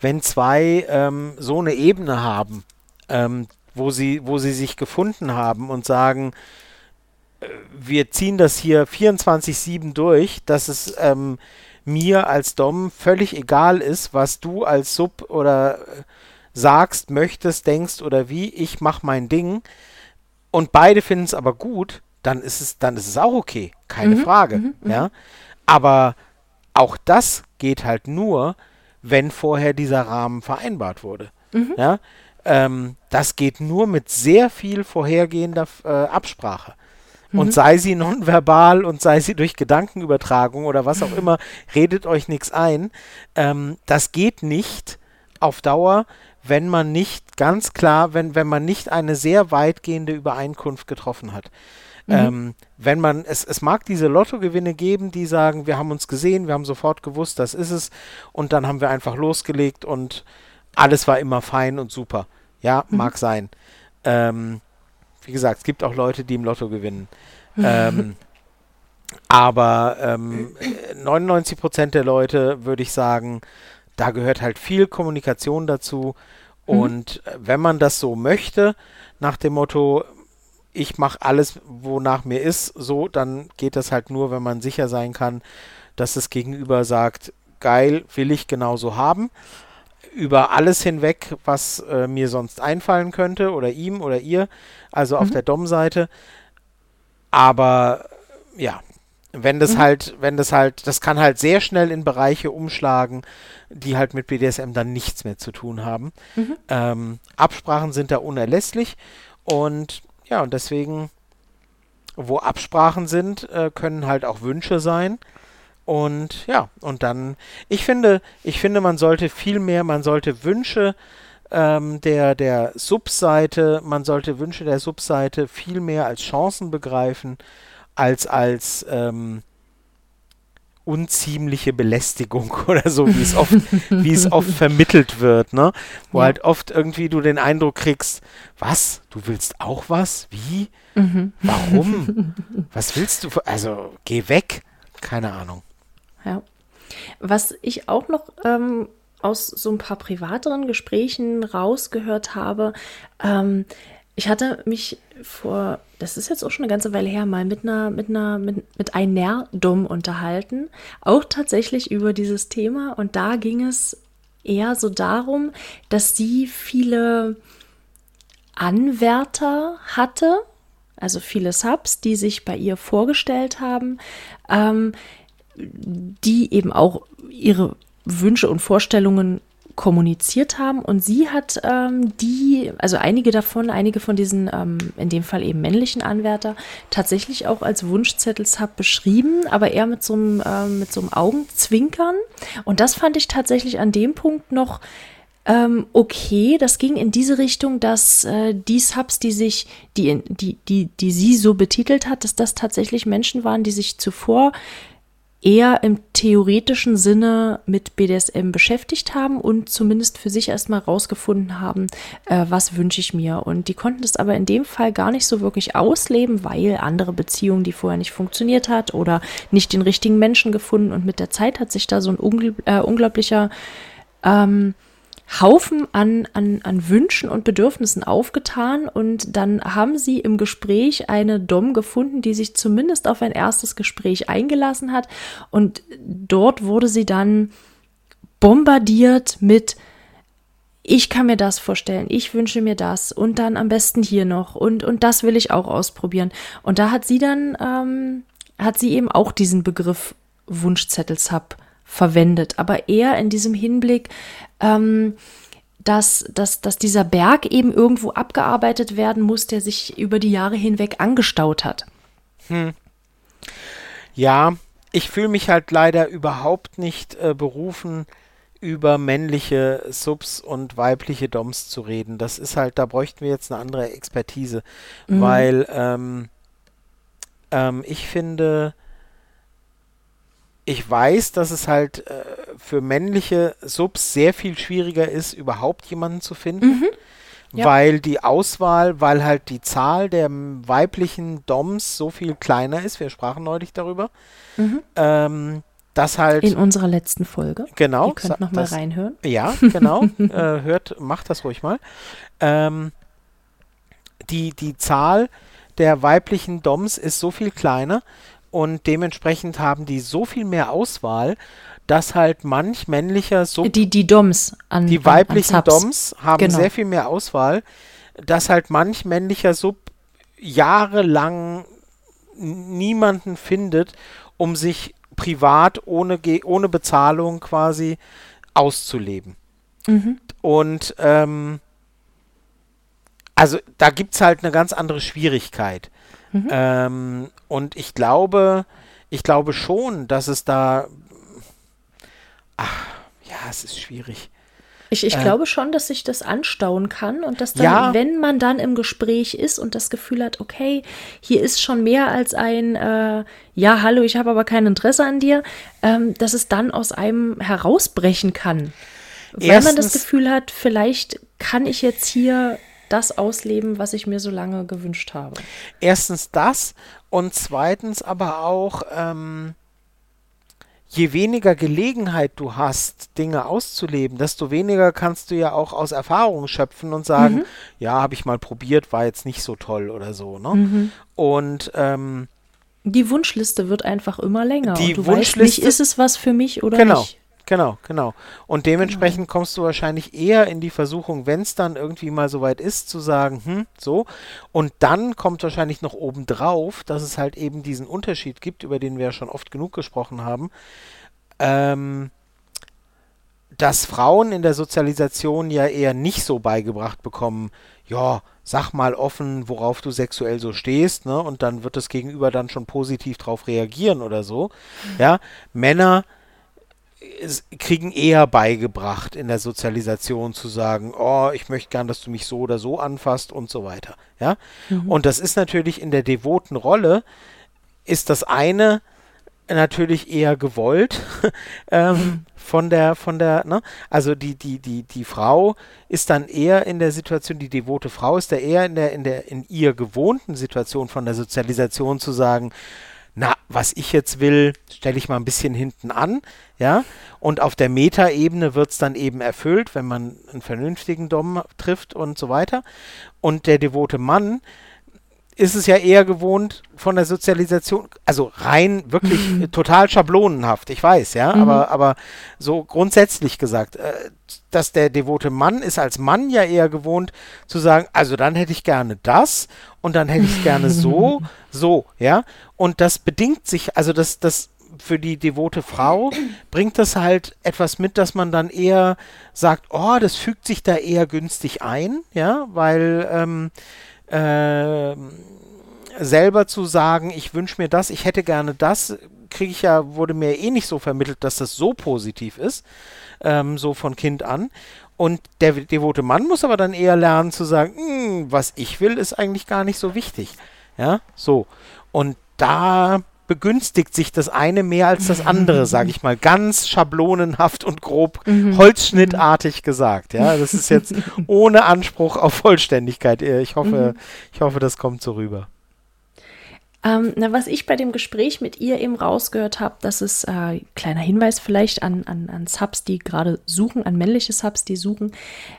so eine Ebene haben, wo sie sich gefunden haben und sagen, wir ziehen das hier 24/7 durch, dass es mir als Dom völlig egal ist, was du als Sub oder sagst, möchtest, denkst oder wie, ich mache mein Ding und beide finden es aber gut, dann ist es auch okay, keine Frage. Ja? Aber auch das geht halt nur, wenn vorher dieser Rahmen vereinbart wurde. Ja? Das geht nur mit sehr viel vorhergehender Absprache. Und sei sie nonverbal und sei sie durch Gedankenübertragung oder was auch immer, redet euch nichts ein. Das geht nicht auf Dauer, wenn man nicht ganz klar, wenn man nicht eine sehr weitgehende Übereinkunft getroffen hat. Wenn man, es mag diese Lottogewinne geben, die sagen, wir haben uns gesehen, wir haben sofort gewusst, das ist es und dann haben wir einfach losgelegt und alles war immer fein und super. Ja, mag sein. Wie gesagt, es gibt auch Leute, die im Lotto gewinnen. Aber 99% der Leute, würde ich sagen, da gehört halt viel Kommunikation dazu. Und wenn man das so möchte, nach dem Motto, ich mache alles, wonach mir ist, so, dann geht das halt nur, wenn man sicher sein kann, dass das Gegenüber sagt, geil, will ich genauso haben. Über alles hinweg, was mir sonst einfallen könnte oder ihm oder ihr, also auf der Dom-Seite. Aber ja, wenn das das kann halt sehr schnell in Bereiche umschlagen, die halt mit BDSM dann nichts mehr zu tun haben. Absprachen sind da unerlässlich und ja, und deswegen, wo Absprachen sind, können halt auch Wünsche sein. Und ja, und dann, ich finde, man sollte Wünsche der Subseite, man sollte Wünsche der Subseite viel mehr als Chancen begreifen, als unziemliche Belästigung oder so, wie es oft vermittelt wird, ne? Wo Ja. halt oft irgendwie du den Eindruck kriegst, was? Du willst auch was? Wie? Warum? Was willst du? Also, geh weg. Keine Ahnung. Ja. Was ich auch noch aus so ein paar privateren Gesprächen rausgehört habe, ich hatte mich das ist jetzt auch schon eine ganze Weile her, mal mit einem Nerddom unterhalten, auch tatsächlich über dieses Thema. Und da ging es eher so darum, dass sie viele Anwärter hatte, also viele Subs, die sich bei ihr vorgestellt haben, die eben auch ihre Wünsche und Vorstellungen kommuniziert haben, und sie hat also einige von diesen, in dem Fall eben männlichen Anwärter, tatsächlich auch als Wunschzettel-Sub beschrieben, aber eher mit so einem Augenzwinkern, und das fand ich tatsächlich an dem Punkt noch okay. Das ging in diese Richtung, dass die Subs, die sie so betitelt hat, dass das tatsächlich Menschen waren, die sich zuvor eher im theoretischen Sinne mit BDSM beschäftigt haben und zumindest für sich erstmal rausgefunden haben, was wünsche ich mir. Und die konnten das aber in dem Fall gar nicht so wirklich ausleben, weil andere Beziehungen, die vorher nicht funktioniert hat oder nicht den richtigen Menschen gefunden. Und mit der Zeit hat sich da so ein unglaublicher Haufen an Wünschen und Bedürfnissen aufgetan, und dann haben sie im Gespräch eine Dom gefunden, die sich zumindest auf ein erstes Gespräch eingelassen hat, und dort wurde sie dann bombardiert mit: Ich kann mir das vorstellen, ich wünsche mir das und dann am besten hier noch und das will ich auch ausprobieren. Und da hat sie dann, hat sie eben auch diesen Begriff Wunschzettel-Sub verwendet, aber eher in diesem Hinblick, dass dieser Berg eben irgendwo abgearbeitet werden muss, der sich über die Jahre hinweg angestaut hat. Ja, ich fühle mich halt leider überhaupt nicht berufen, über männliche Subs und weibliche Doms zu reden. Das ist halt, da bräuchten wir jetzt eine andere Expertise, weil ich finde, ich weiß, dass es halt für männliche Subs sehr viel schwieriger ist, überhaupt jemanden zu finden, Ja. weil weil halt die Zahl der weiblichen Doms so viel kleiner ist. Wir sprachen neulich darüber. Dass halt In unserer letzten Folge. genau, Ihr könnt noch mal reinhören. Ja, genau. Macht das ruhig mal. Die Zahl der weiblichen Doms ist so viel kleiner, und dementsprechend haben die so viel mehr Auswahl, dass halt manch männlicher Sub, Die Doms die weiblichen an Subs. Doms haben Genau. sehr viel mehr Auswahl, dass halt manch männlicher Sub jahrelang niemanden findet, um sich privat ohne Bezahlung quasi auszuleben. Und also da gibt es halt eine ganz andere Schwierigkeit. Und ich glaube schon, dass es da, es ist schwierig. Ich glaube schon, dass sich das anstauen kann, und dass dann, Ja. wenn man dann im Gespräch ist und das Gefühl hat, okay, hier ist schon mehr als ein ja, hallo, ich habe aber kein Interesse an dir, dass es dann aus einem herausbrechen kann. Weil man das Erstens- Gefühl hat, vielleicht kann ich jetzt hier das ausleben, was ich mir so lange gewünscht habe. Erstens das, und zweitens aber auch, je weniger Gelegenheit du hast, Dinge auszuleben, desto weniger kannst du ja auch aus Erfahrung schöpfen und sagen, ja, habe ich mal probiert, war jetzt nicht so toll oder so, ne? Und Die Wunschliste wird einfach immer länger. Die Und du weißt nicht, Wunschliste- ist es was für mich oder Genau. nicht. Genau. Und dementsprechend kommst du wahrscheinlich eher in die Versuchung, wenn es dann irgendwie mal soweit ist, zu sagen, so. Und dann kommt wahrscheinlich noch obendrauf, dass es halt eben diesen Unterschied gibt, über den wir ja schon oft genug gesprochen haben, dass Frauen in der Sozialisation ja eher nicht so beigebracht bekommen, ja, sag mal offen, worauf du sexuell so stehst, ne? Und dann wird das Gegenüber dann schon positiv drauf reagieren oder so. Ja, Männer kriegen eher beigebracht in der Sozialisation zu sagen, oh, ich möchte gern, dass du mich so oder so anfasst und so weiter. Ja? Und das ist natürlich in der devoten Rolle, ist das eine natürlich eher gewollt von der, ne? Also die Frau ist dann eher in der Situation, die devote Frau ist da eher in ihr gewohnten Situation von der Sozialisation zu sagen, na, was ich jetzt will, stelle ich mal ein bisschen hinten an, ja, und auf der Metaebene wird es dann eben erfüllt, wenn man einen vernünftigen Dom trifft und so weiter. Und der devote Mann ist es ja eher gewohnt von der Sozialisation, also rein wirklich total schablonenhaft, ich weiß, ja, aber so grundsätzlich gesagt, dass der devote Mann ist als Mann ja eher gewohnt zu sagen, also dann hätte ich gerne das und dann hätte ich es gerne so, ja, und das bedingt sich, also das für die devote Frau bringt das halt etwas mit, dass man dann eher sagt, oh, das fügt sich da eher günstig ein, ja, weil selber zu sagen, ich wünsche mir das, ich hätte gerne das, wurde mir eh nicht so vermittelt, dass das so positiv ist, so von Kind an. Und der devote Mann muss aber dann eher lernen zu sagen, was ich will, ist eigentlich gar nicht so wichtig. Ja, so. Und da begünstigt sich das eine mehr als das andere, sage ich mal, ganz schablonenhaft und grob holzschnittartig gesagt. Ja, das ist jetzt ohne Anspruch auf Vollständigkeit. Ich hoffe, das kommt so rüber. Was ich bei dem Gespräch mit ihr eben rausgehört habe, das ist kleiner Hinweis vielleicht an Subs, die gerade suchen, an männliche Subs, die suchen.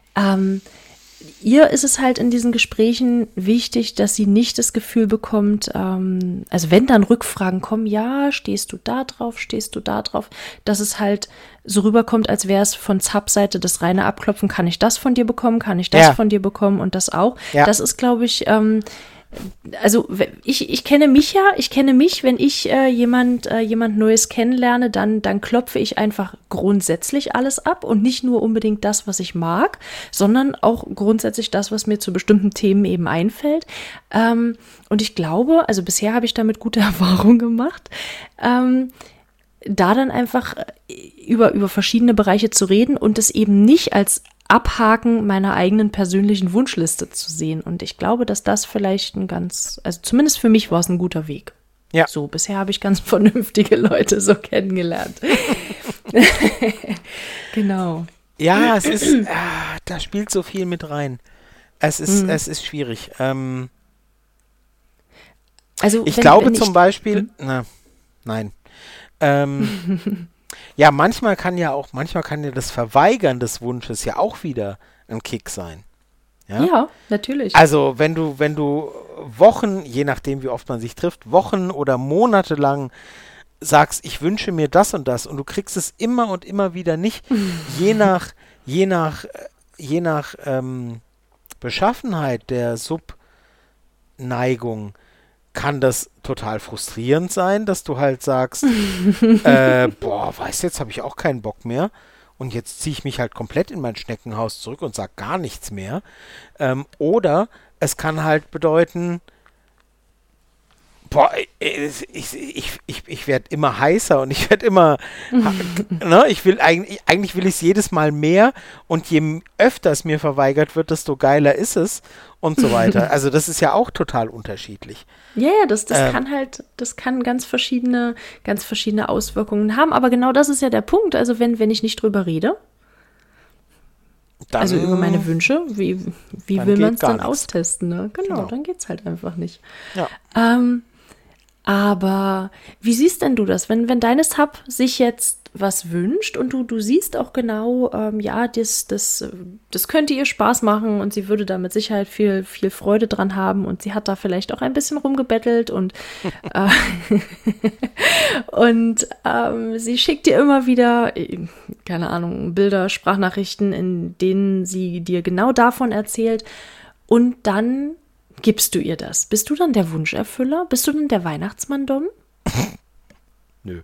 Ihr ist es halt in diesen Gesprächen wichtig, dass sie nicht das Gefühl bekommt, also wenn dann Rückfragen kommen, ja, stehst du da drauf, dass es halt so rüberkommt, als wäre es von Sub-Seite das reine Abklopfen, kann ich das von dir bekommen, kann ich das von dir bekommen und das auch. Ja. Das ist, glaube ich, also ich kenne mich, wenn ich jemand Neues kennenlerne, dann klopfe ich einfach grundsätzlich alles ab und nicht nur unbedingt das, was ich mag, sondern auch grundsätzlich das, was mir zu bestimmten Themen eben einfällt. Und ich glaube, also bisher habe ich damit gute Erfahrungen gemacht, da dann einfach über verschiedene Bereiche zu reden und es eben nicht als Abhaken meiner eigenen persönlichen Wunschliste zu sehen. Und ich glaube, dass das vielleicht also zumindest für mich war es ein guter Weg. Ja. So, bisher habe ich ganz vernünftige Leute so kennengelernt. Genau. Ja, es ist, da spielt so viel mit rein. Es ist schwierig. Also ich glaube zum Beispiel, nein. Ja, manchmal kann ja das Verweigern des Wunsches ja auch wieder ein Kick sein. Ja, natürlich. Also wenn du Wochen, je nachdem wie oft man sich trifft, Wochen oder Monate lang sagst, ich wünsche mir das und das und du kriegst es immer und immer wieder nicht, je nach Beschaffenheit der Subneigung kann das total frustrierend sein, dass du halt sagst, jetzt habe ich auch keinen Bock mehr und jetzt ziehe ich mich halt komplett in mein Schneckenhaus zurück und sage gar nichts mehr. Oder es kann halt bedeuten, ich werde immer heißer und ich werde immer, eigentlich will ich es jedes Mal mehr und je öfter es mir verweigert wird, desto geiler ist es und so weiter. Also das ist ja auch total unterschiedlich. Ja, das kann ganz verschiedene Auswirkungen haben, aber genau das ist ja der Punkt. Also wenn ich nicht drüber rede, dann, also über meine Wünsche, wie will man es dann austesten? Ne? Genau, dann geht's halt einfach nicht. Ja. Aber wie siehst denn du das, wenn deine Sub sich jetzt was wünscht und du siehst auch genau, das könnte ihr Spaß machen und sie würde da mit Sicherheit viel, viel Freude dran haben und sie hat da vielleicht auch ein bisschen rumgebettelt und sie schickt dir immer wieder, keine Ahnung, Bilder, Sprachnachrichten, in denen sie dir genau davon erzählt und dann gibst du ihr das? Bist du dann der Wunscherfüller? Bist du dann der Weihnachtsmann-Dom? Nö.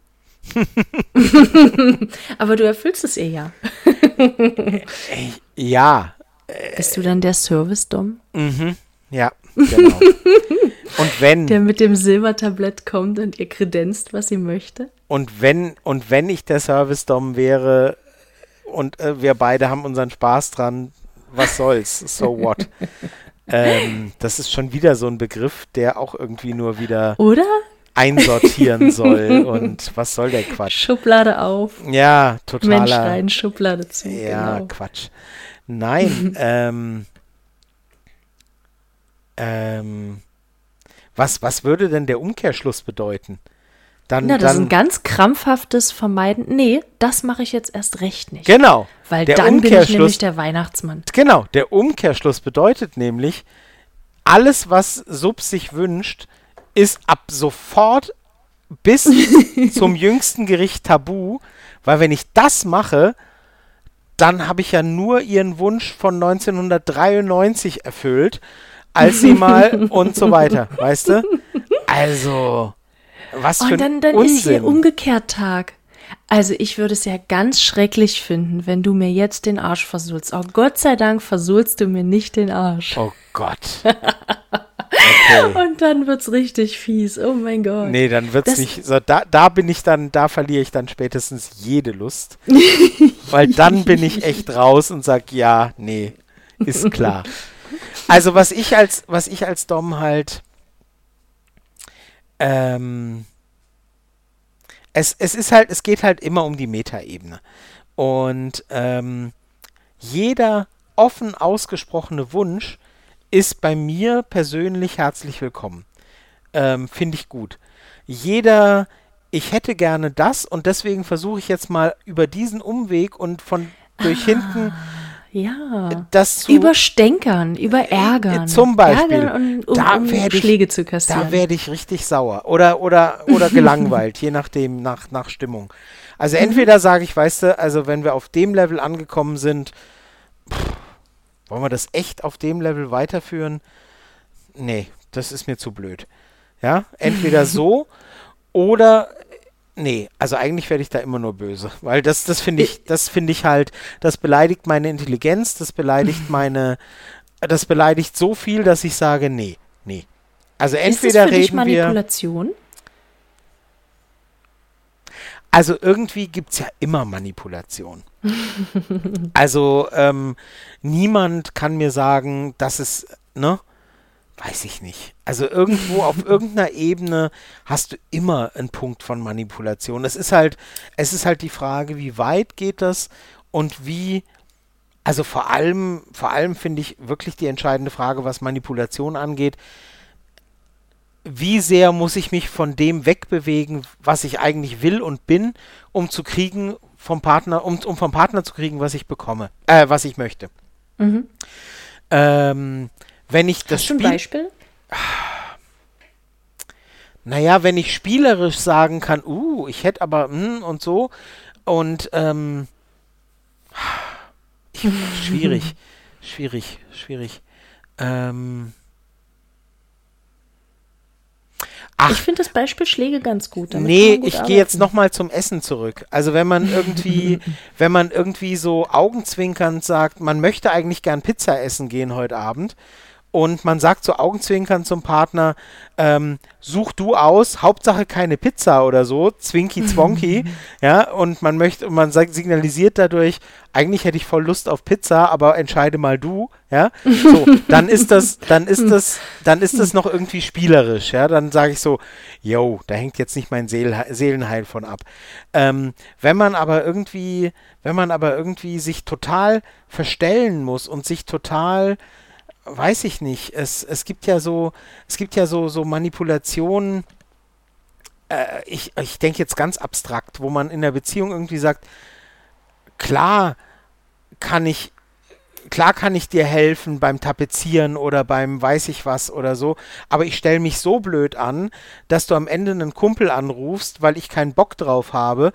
Aber du erfüllst es ihr ja. Ja. Bist du dann der Service-Dom? Mhm. Ja. genau. Und wenn... Der mit dem Silbertablett kommt und ihr kredenzt, was sie möchte. Und wenn ich der Service-Dom wäre und wir beide haben unseren Spaß dran, was soll's, so what? Das ist schon wieder so ein Begriff, der auch irgendwie nur wieder Oder? einsortieren soll und was soll der Quatsch? Schublade auf. Ja, totaler. Mensch rein, Schublade zu. Ja, genau. Quatsch. Nein, was würde denn der Umkehrschluss bedeuten? Das ist ein ganz krampfhaftes Vermeiden. Nee, das mache ich jetzt erst recht nicht. Genau. Weil dann bin ich nämlich der Weihnachtsmann. Genau, der Umkehrschluss bedeutet nämlich, alles, was Sub sich wünscht, ist ab sofort bis zum jüngsten Gericht tabu, weil wenn ich das mache, dann habe ich ja nur ihren Wunsch von 1993 erfüllt, als sie mal und so weiter, weißt du? Also... Was für ein dann Unsinn. Ist hier umgekehrt Tag. Also ich würde es ja ganz schrecklich finden, wenn du mir jetzt den Arsch versohlst. Oh Gott sei Dank versohlst du mir nicht den Arsch. Oh Gott. Okay. Und dann wird's richtig fies. Oh mein Gott. Nee, dann wird's nicht. So, da verliere ich dann spätestens jede Lust. Weil dann bin ich echt raus und sag, ja, nee, ist klar. Also was ich als Dom halt es geht halt immer um die Metaebene. Und jeder offen ausgesprochene Wunsch ist bei mir persönlich herzlich willkommen. Finde ich gut. Ich hätte gerne das und deswegen versuche ich jetzt mal über diesen Umweg und durch hinten das zu... Überstänkern, überärgern. Zum Beispiel. Ärgern um Schläge zu kassieren. Da werde ich richtig sauer. Oder gelangweilt, je nachdem, nach Stimmung. Also entweder sage ich, weißt du, also wenn wir auf dem Level angekommen sind, wollen wir das echt auf dem Level weiterführen? Nee, das ist mir zu blöd. Ja, entweder so oder... Nee, also eigentlich werde ich da immer nur böse, weil das finde ich halt, das beleidigt meine Intelligenz, das beleidigt so viel, dass ich sage, nee. Also entweder ist das für dich reden wir... Manipulation? Also irgendwie gibt es ja immer Manipulation. Also niemand kann mir sagen, dass es, ne? Weiß ich nicht. Also irgendwo auf irgendeiner Ebene hast du immer einen Punkt von Manipulation. Es ist halt die Frage, wie weit geht das und wie, also vor allem finde ich wirklich die entscheidende Frage, was Manipulation angeht, wie sehr muss ich mich von dem wegbewegen, was ich eigentlich will und bin, um vom Partner zu kriegen, was ich bekomme, was ich möchte. Mhm. Wenn ich das Hast du ein Beispiel? Naja, wenn ich spielerisch sagen kann, ich hätte aber und so und schwierig. Ich finde das Beispiel Schläge ganz gut. Nee, ich gehe jetzt nochmal zum Essen zurück. Also wenn man irgendwie so augenzwinkernd sagt, man möchte eigentlich gern Pizza essen gehen heute Abend und man sagt so augenzwinkernd zum Partner, such du aus, Hauptsache keine Pizza oder so, zwinki zwonki, ja, und man signalisiert dadurch, eigentlich hätte ich voll Lust auf Pizza, aber entscheide mal du, ja, so, dann ist das noch irgendwie spielerisch, ja, dann sage ich so, yo, da hängt jetzt nicht mein Seelenheil von ab. Wenn man aber irgendwie sich total verstellen muss und sich total, weiß ich nicht, es gibt ja so Manipulationen, ich denke jetzt ganz abstrakt, wo man in der Beziehung irgendwie sagt, klar kann ich dir helfen beim Tapezieren oder beim weiß ich was oder so, aber ich stelle mich so blöd an, dass du am Ende einen Kumpel anrufst, weil ich keinen Bock drauf habe,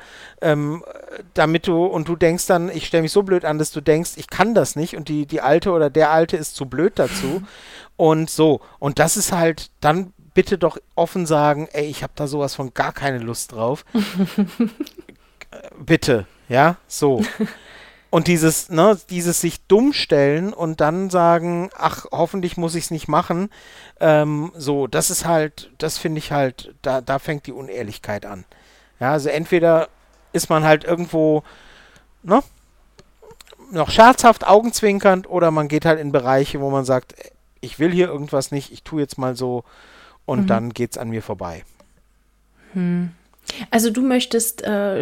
du denkst dann, ich stelle mich so blöd an, dass du denkst, ich kann das nicht und die Alte oder der Alte ist zu blöd dazu und so. Und das ist halt, dann bitte doch offen sagen, ey, ich habe da sowas von gar keine Lust drauf. Bitte, ja, so. Und dieses sich dumm stellen und dann sagen, ach, hoffentlich muss ich es nicht machen. So, das ist halt, das finde ich halt, da fängt die Unehrlichkeit an. Ja, also entweder ist man halt irgendwo, ne, noch scherzhaft, augenzwinkernd, oder man geht halt in Bereiche, wo man sagt, ich will hier irgendwas nicht, ich tue jetzt mal so und dann geht's an mir vorbei. Also du möchtest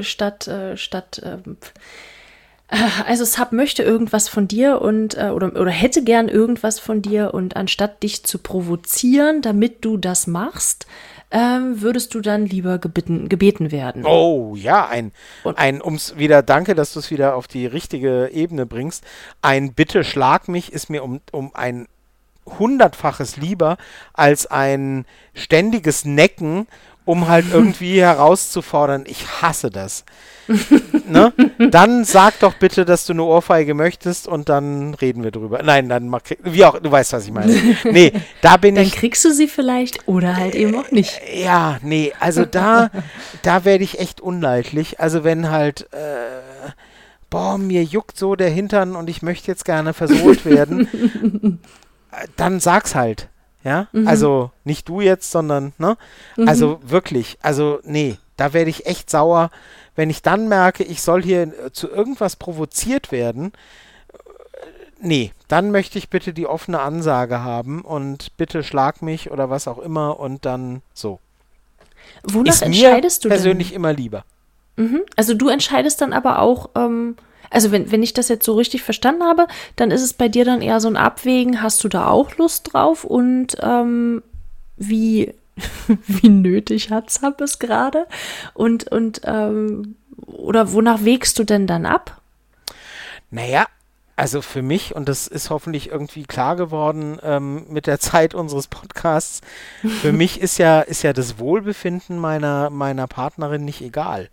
also Sub möchte irgendwas von dir und oder hätte gern irgendwas von dir, und anstatt dich zu provozieren, damit du das machst, würdest du dann lieber gebeten werden. Oh ja, danke, dass du es wieder auf die richtige Ebene bringst. Ein Bitte schlag mich ist mir um ein 100-faches lieber als ein ständiges Necken, um halt irgendwie herauszufordern, ich hasse das. Ne? Dann sag doch bitte, dass du eine Ohrfeige möchtest, und dann reden wir drüber. Nein, dann wie auch, du weißt, was ich meine. Nee, da bin Dann kriegst du sie vielleicht oder halt eben auch nicht. Ja, nee, also da werde ich echt unleidlich. Also wenn halt, mir juckt so der Hintern und ich möchte jetzt gerne versohlt werden, dann sag's halt. Ja, also nicht du jetzt, sondern, ne? Also wirklich, also nee, da werde ich echt sauer, wenn ich dann merke, ich soll hier zu irgendwas provoziert werden. Nee, dann möchte ich bitte die offene Ansage haben und bitte schlag mich oder was auch immer, und dann so. Wonach entscheidest du denn? Persönlich immer lieber. Also du entscheidest dann aber auch, also wenn ich das jetzt so richtig verstanden habe, dann ist es bei dir dann eher so ein Abwägen, hast du da auch Lust drauf, und wie nötig hat Sub es gerade? Und oder wonach wägst du denn dann ab? Naja, also für mich, und das ist hoffentlich irgendwie klar geworden mit der Zeit unseres Podcasts, für mich ist ja das Wohlbefinden meiner Partnerin nicht egal.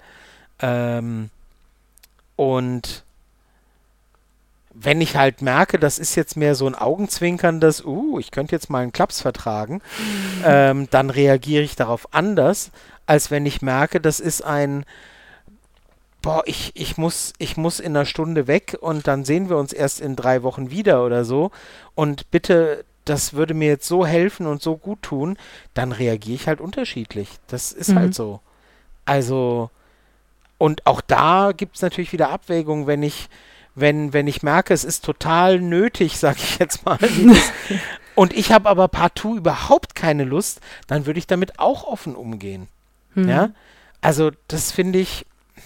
Und wenn ich halt merke, das ist jetzt mehr so ein augenzwinkerndes, ich könnte jetzt mal einen Klaps vertragen, dann reagiere ich darauf anders, als wenn ich merke, das ist ein, ich muss in einer Stunde weg und dann sehen wir uns erst in 3 Wochen wieder oder so, und bitte, das würde mir jetzt so helfen und so gut tun, dann reagiere ich halt unterschiedlich. Das ist halt so. Also, und auch da gibt es natürlich wieder Abwägungen, wenn ich merke, es ist total nötig, sag ich jetzt mal, und ich habe aber partout überhaupt keine Lust, dann würde ich damit auch offen umgehen. Ja? Also das finde ich,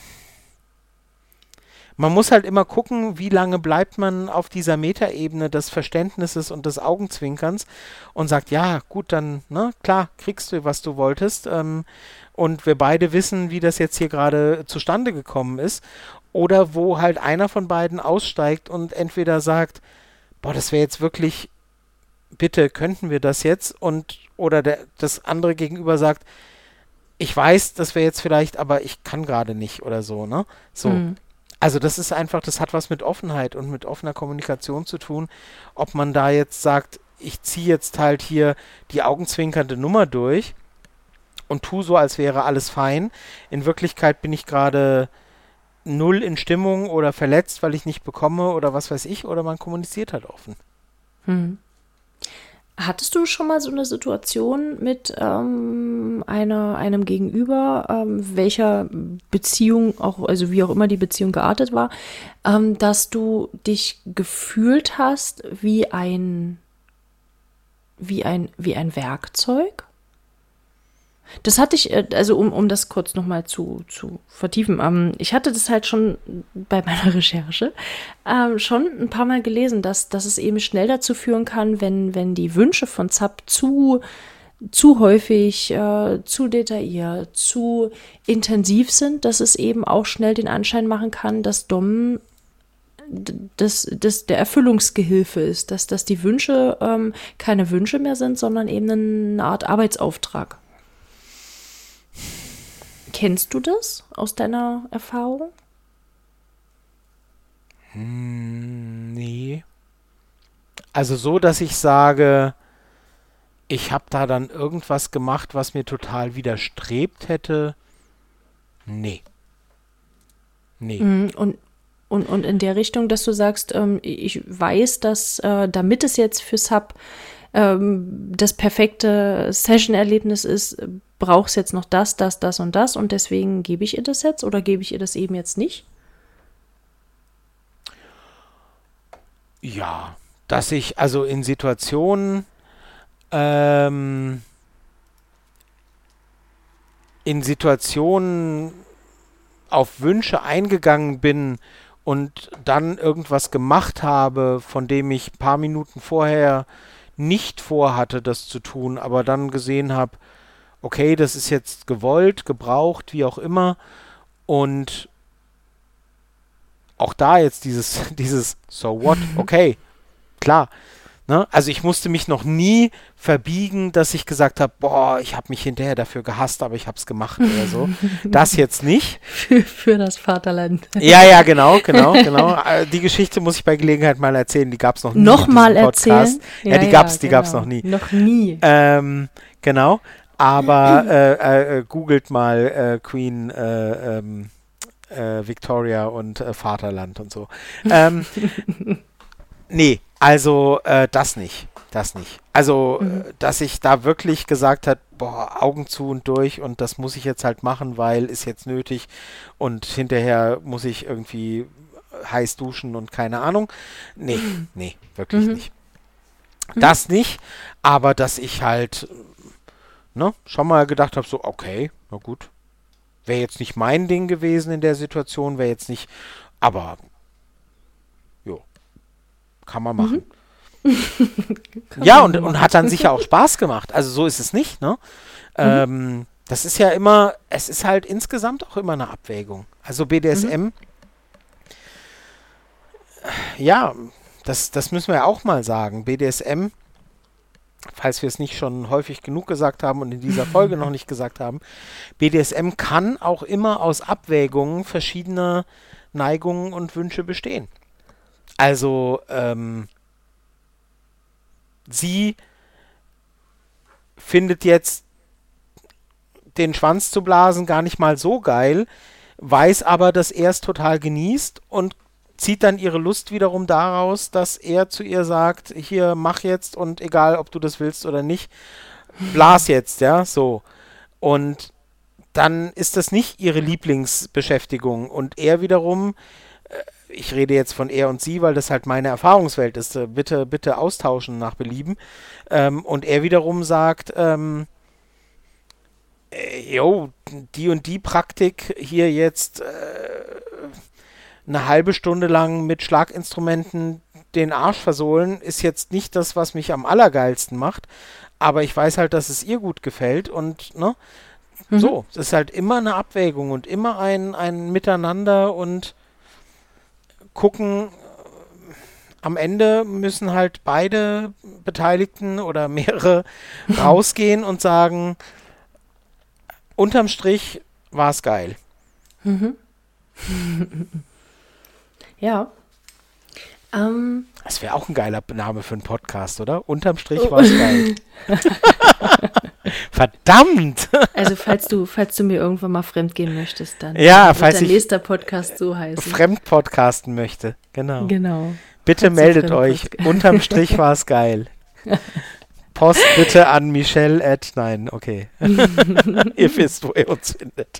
man muss halt immer gucken, wie lange bleibt man auf dieser Metaebene des Verständnisses und des Augenzwinkerns und sagt, ja, gut, dann, ne, klar, kriegst du, was du wolltest, und wir beide wissen, wie das jetzt hier gerade zustande gekommen ist, oder wo halt einer von beiden aussteigt und entweder sagt, das wäre jetzt wirklich, bitte, könnten wir das jetzt, oder das andere gegenüber sagt, ich weiß, das wäre jetzt vielleicht, aber ich kann gerade nicht oder so, ne? So. Also das ist einfach, das hat was mit Offenheit und mit offener Kommunikation zu tun, ob man da jetzt sagt, ich ziehe jetzt halt hier die augenzwinkernde Nummer durch und tue so, als wäre alles fein. In Wirklichkeit bin ich gerade null in Stimmung oder verletzt, weil ich nicht bekomme oder was weiß ich, oder man kommuniziert halt offen. Hattest du schon mal so eine Situation mit einem Gegenüber, welcher Beziehung auch, also wie auch immer die Beziehung geartet war, dass du dich gefühlt hast wie ein Werkzeug? Das hatte ich, also um das kurz nochmal zu vertiefen, ich hatte das halt schon bei meiner Recherche schon ein paar Mal gelesen, dass es eben schnell dazu führen kann, wenn die Wünsche von Sub zu häufig, zu detailliert, zu intensiv sind, dass es eben auch schnell den Anschein machen kann, dass Dom der Erfüllungsgehilfe ist, dass die Wünsche keine Wünsche mehr sind, sondern eben eine Art Arbeitsauftrag. Kennst du das aus deiner Erfahrung? Nee. Also so, dass ich sage, ich habe da dann irgendwas gemacht, was mir total widerstrebt hätte. Nee. Und Und in der Richtung, dass du sagst, ich weiß, dass damit es jetzt für Sub das perfekte Session-Erlebnis ist, braucht es jetzt noch das und das und deswegen gebe ich ihr das jetzt oder gebe ich ihr das eben jetzt nicht? Ja, dass ich also in Situationen in Situationen auf Wünsche eingegangen bin und dann irgendwas gemacht habe, von dem ich ein paar Minuten vorher nicht vorhatte, das zu tun, aber dann gesehen habe, okay, das ist jetzt gewollt, gebraucht, wie auch immer. Und auch da jetzt dieses So what, okay, klar. Ne? Also ich musste mich noch nie verbiegen, dass ich gesagt habe, boah, ich habe mich hinterher dafür gehasst, aber ich habe es gemacht oder so. Das jetzt nicht. Für das Vaterland. Ja, genau. Die Geschichte muss ich bei Gelegenheit mal erzählen, die gab es noch nie Nochmal erzählen? Ja, die gab's noch nie. Noch nie. Genau, aber googelt mal Queen Victoria und Vaterland und so. Nee, also das nicht. Also, dass ich da wirklich gesagt habe, boah, Augen zu und durch und das muss ich jetzt halt machen, weil ist jetzt nötig und hinterher muss ich irgendwie heiß duschen und keine Ahnung. Nee, wirklich nicht. Das nicht, aber dass ich halt schon mal gedacht habe, so, okay, na gut. Wäre jetzt nicht mein Ding gewesen in der Situation, wäre jetzt nicht, aber jo, kann man machen. Ja, und hat dann sicher auch Spaß gemacht. Also so ist es nicht, ne? Das ist ja immer, es ist halt insgesamt auch immer eine Abwägung. Also BDSM, ja, das müssen wir ja auch mal sagen. BDSM, falls wir es nicht schon häufig genug gesagt haben und in dieser Folge noch nicht gesagt haben, BDSM kann auch immer aus Abwägungen verschiedener Neigungen und Wünsche bestehen. Also, sie findet jetzt den Schwanz zu blasen gar nicht mal so geil, weiß aber, dass er es total genießt und zieht dann ihre Lust wiederum daraus, dass er zu ihr sagt, hier, mach jetzt und egal, ob du das willst oder nicht, blas jetzt, ja, so. Und dann ist das nicht ihre Lieblingsbeschäftigung und er wiederum, ich rede jetzt von er und sie, weil das halt meine Erfahrungswelt ist, bitte austauschen nach Belieben, und er wiederum sagt, die und die Praktik hier jetzt eine halbe Stunde lang mit Schlaginstrumenten den Arsch versohlen, ist jetzt nicht das, was mich am allergeilsten macht, aber ich weiß halt, dass es ihr gut gefällt und ne, so, es ist halt immer eine Abwägung und immer ein Miteinander und gucken, am Ende müssen halt beide Beteiligten oder mehrere rausgehen und sagen, unterm Strich war es geil. Ja. Das wäre auch ein geiler Name für einen Podcast, oder? Unterm Strich war es geil. Verdammt! Also falls du mir irgendwann mal fremdgehen möchtest, dann ja, wird dein nächster Podcast so heißen. Fremdpodcasten möchte, genau. Genau. Bitte meldet euch. Unterm Strich war es geil. Post bitte an Michelle @ Nein, okay. Ihr wisst, wo ihr uns findet.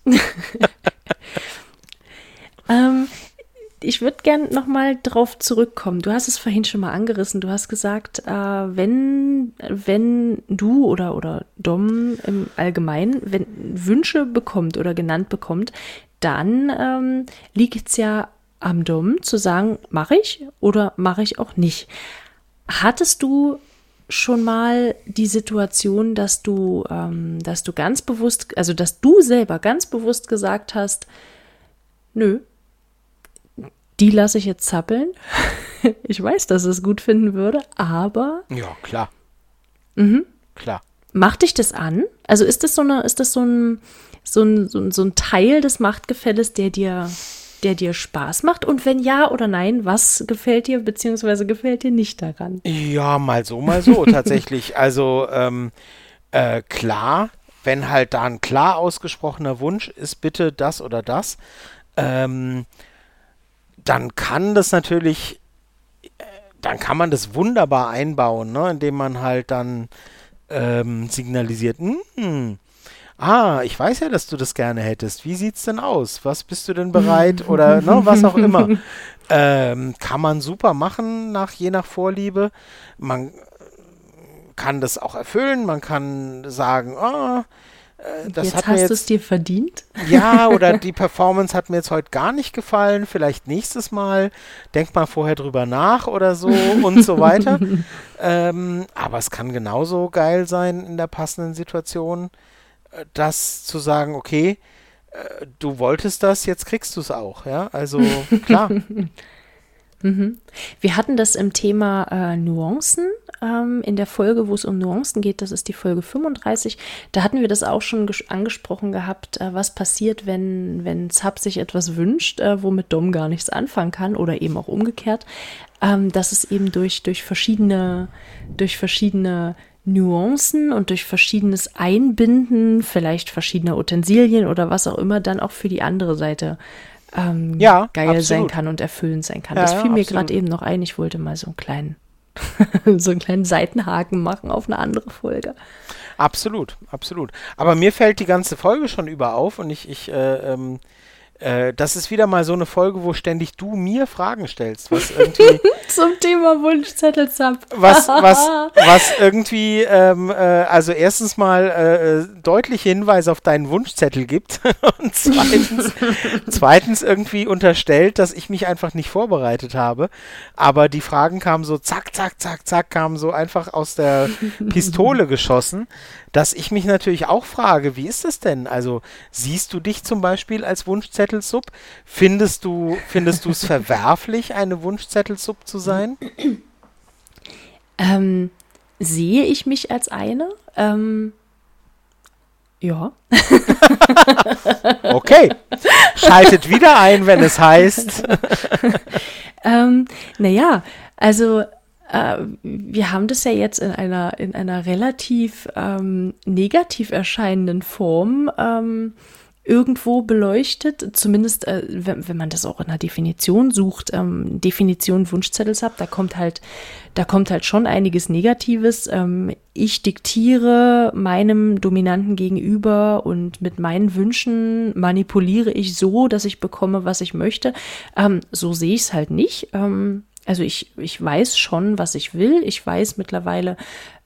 Ich würde gern nochmal drauf zurückkommen. Du hast es vorhin schon mal angerissen. Du hast gesagt, wenn du oder Dom im Allgemeinen, wenn Wünsche bekommt oder genannt bekommt, dann liegt es ja am Dom zu sagen, mache ich oder mache ich auch nicht. Hattest du schon mal die Situation, dass du ganz bewusst, also dass du selber ganz bewusst gesagt hast, nö, die lasse ich jetzt zappeln. Ich weiß, dass es gut finden würde, aber... Ja, klar. Klar. Macht dich das an? Also ist das so ein Teil des Machtgefälles, der dir Spaß macht? Und wenn ja oder nein, was gefällt dir bzw. gefällt dir nicht daran? Ja, mal so, tatsächlich. Also klar, wenn halt da ein klar ausgesprochener Wunsch ist, bitte das oder das, dann kann das natürlich, dann kann man das wunderbar einbauen, ne? Indem man halt dann signalisiert, ich weiß ja, dass du das gerne hättest. Wie sieht's denn aus? Was bist du denn bereit? Oder was auch immer. Kann man super machen, je nach Vorliebe. Man kann das auch erfüllen. Man kann sagen, das Jetzt hat mir hast du es dir verdient. Ja, oder die Performance hat mir jetzt heute gar nicht gefallen. Vielleicht nächstes Mal. Denk mal vorher drüber nach oder so und so weiter. Aber es kann genauso geil sein in der passenden Situation, das zu sagen, okay, du wolltest das, jetzt kriegst du es auch, ja, also klar. Wir hatten das im Thema Nuancen in der Folge, wo es um Nuancen geht, das ist die Folge 35, da hatten wir das auch schon angesprochen gehabt, was passiert, wenn Zap sich etwas wünscht, womit Dom gar nichts anfangen kann oder eben auch umgekehrt, dass es eben durch verschiedene Nuancen und durch verschiedenes Einbinden, vielleicht verschiedener Utensilien oder was auch immer, dann auch für die andere Seite geil absolut sein kann und erfüllend sein kann. Ja, Das fiel mir absolut. gerade eben noch ein. Ich wollte mal so einen kleinen Seitenhaken machen auf eine andere Folge. Absolut. Aber mir fällt die ganze Folge schon über auf und das ist wieder mal so eine Folge, wo ständig du mir Fragen stellst, was irgendwie Zum Thema Wunschzettel-Zap. was irgendwie also erstens mal deutliche Hinweise auf deinen Wunschzettel gibt und zweitens irgendwie unterstellt, dass ich mich einfach nicht vorbereitet habe, aber die Fragen kamen so zack, zack, zack, zack, kamen so einfach aus der Pistole geschossen, dass ich mich natürlich auch frage, wie ist das denn? Also siehst du dich zum Beispiel als Wunschzettel-Sub? Findest du es verwerflich, eine Wunschzettel-Sub zu sein? Sehe ich mich als eine? Ja. Okay. Schaltet wieder ein, wenn es heißt. Naja, also wir haben das ja jetzt in einer relativ negativ erscheinenden Form irgendwo beleuchtet, zumindest wenn man das auch in einer Definition sucht, Definition Wunschzettel-Sub, da kommt halt schon einiges Negatives. Ich diktiere meinem dominanten Gegenüber und mit meinen Wünschen manipuliere ich so, dass ich bekomme, was ich möchte. So sehe ich es halt nicht. Also ich weiß schon, was ich will. Ich weiß mittlerweile,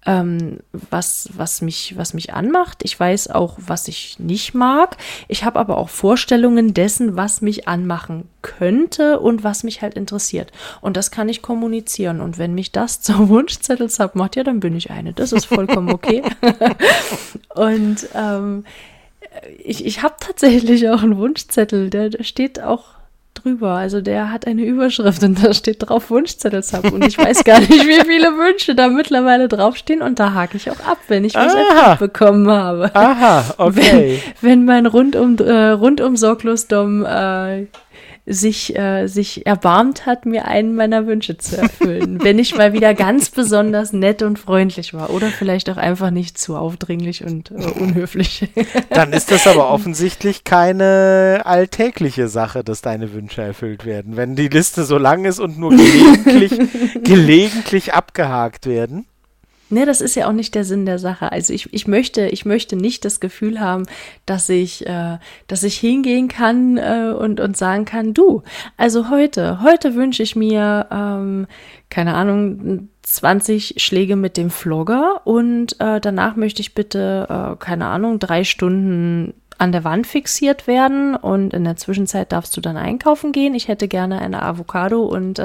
was mich anmacht. Ich weiß auch, was ich nicht mag. Ich habe aber auch Vorstellungen dessen, was mich anmachen könnte und was mich halt interessiert. Und das kann ich kommunizieren. Und wenn mich das zur Wunschzettel-Sub macht, ja, dann bin ich eine. Das ist vollkommen okay. Und ich habe tatsächlich auch einen Wunschzettel, der steht auch drüber. Also der hat eine Überschrift und da steht drauf Wunschzettel-Sub und ich weiß gar nicht, wie viele Wünsche da mittlerweile draufstehen und da hake ich auch ab, wenn ich was erfüllt bekommen habe. Aha, okay. Wenn mein rundum sorglos Dom sich erbarmt hat, mir einen meiner Wünsche zu erfüllen. Wenn ich mal wieder ganz besonders nett und freundlich war oder vielleicht auch einfach nicht zu aufdringlich und unhöflich. Dann ist das aber offensichtlich keine alltägliche Sache, dass deine Wünsche erfüllt werden. Wenn die Liste so lang ist und nur gelegentlich abgehakt werden. Ne, das ist ja auch nicht der Sinn der Sache. Also ich möchte nicht das Gefühl haben, dass ich hingehen kann und sagen kann, du, also heute wünsche ich mir, keine Ahnung, 20 Schläge mit dem Flogger und danach möchte ich bitte, keine Ahnung, 3 Stunden an der Wand fixiert werden und in der Zwischenzeit darfst du dann einkaufen gehen. Ich hätte gerne eine Avocado und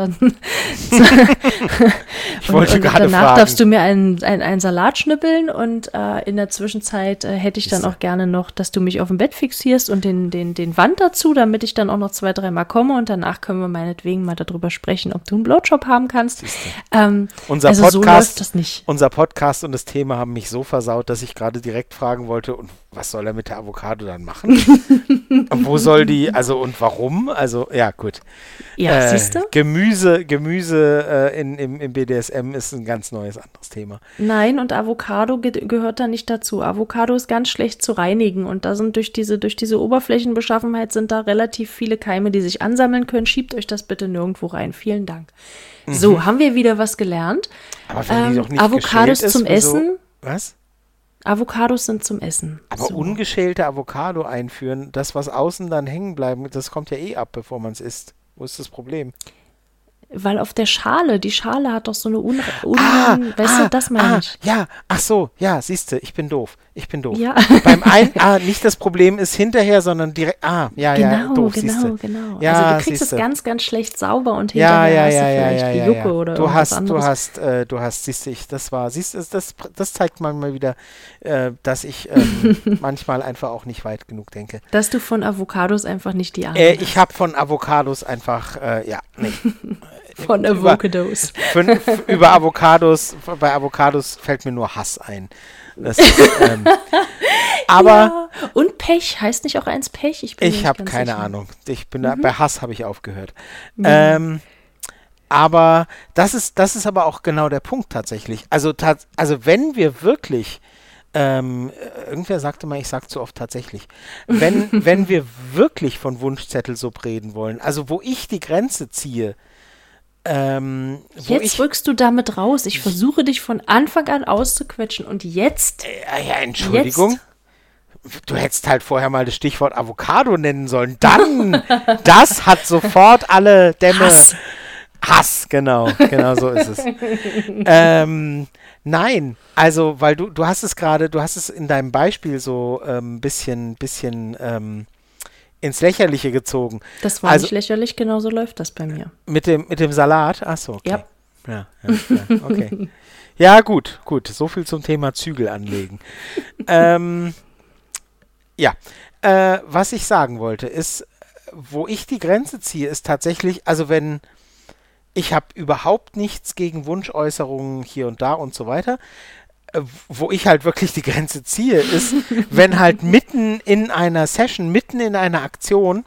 ich wollte gerade danach fragen. Darfst du mir einen Salat schnippeln und in der Zwischenzeit hätte ich dann auch gerne noch, dass du mich auf dem Bett fixierst und den Wand dazu, damit ich dann auch noch 2-3 Mal komme und danach können wir meinetwegen mal darüber sprechen, ob du einen Blowjob haben kannst. Unser also Podcast, so läuft das nicht. Unser Podcast und das Thema haben mich so versaut, dass ich gerade direkt fragen wollte, und was soll er mit der Avocado dann machen? Wo soll die, also und warum? Also, ja, gut. Ja, siehst du? Gemüse im BDSM ist ein ganz neues anderes Thema. Nein, und Avocado gehört da nicht dazu. Avocado ist ganz schlecht zu reinigen und da sind durch diese Oberflächenbeschaffenheit sind da relativ viele Keime, die sich ansammeln können. Schiebt euch das bitte nirgendwo rein. Vielen Dank. So, haben wir wieder was gelernt. Aber wenn die doch nicht Avocados geschält ist, zum Essen. Was? Avocados sind zum Essen. Aber so. Ungeschälte Avocado einführen, das, was außen dann hängen bleibt, das kommt ja eh ab, bevor man es isst. Wo ist das Problem? Weil auf der Schale, die Schale hat doch so eine weißt du, das meine ich. Ja, ach so, ja, siehst du, ich bin doof. Ja. Beim nicht das Problem ist hinterher, sondern direkt, doof, siehste. Genau. Ja, also du kriegst siehste. es ganz, ganz schlecht sauber und hinterher hast du vielleicht die Jucke oder irgendwas anderes. Du hast, siehst du, das zeigt man mal wieder, dass ich manchmal einfach auch nicht weit genug denke. Dass du von Avocados einfach nicht die Ahnung hast. Ich habe von Avocados einfach, nee. Von Avocados. Über Avocados, bei Avocados fällt mir nur Hass ein. Das, aber ja. Und Pech, heißt nicht auch eins Pech? Ich habe keine Ahnung. Bei Hass habe ich aufgehört. Ja. Aber das ist aber auch genau der Punkt tatsächlich. Also wenn wir wirklich irgendwer sagte mal, ich sage zu oft tatsächlich. Wenn wir wirklich von Wunschzettelsub reden wollen, also wo ich die Grenze ziehe, jetzt rückst du damit raus. Ich versuche dich von Anfang an auszuquetschen und jetzt. Ja, Entschuldigung. Du hättest halt vorher mal das Stichwort Avocado nennen sollen. Dann, das hat sofort alle Dämme. Hass, genau so ist es. Nein, also, weil du hast es in deinem Beispiel so ein bisschen ins Lächerliche gezogen. Das war nicht lächerlich, genau so läuft das bei mir. Mit dem Salat? Achso, okay. Ja. Ja, okay. Ja, gut, so viel zum Thema Zügel anlegen. Was ich sagen wollte, ist, wo ich die Grenze ziehe, ist tatsächlich, also wenn ich habe überhaupt nichts gegen Wunschäußerungen hier und da und so weiter. Wo ich halt wirklich die Grenze ziehe, ist, wenn halt mitten in einer Session, mitten in einer Aktion,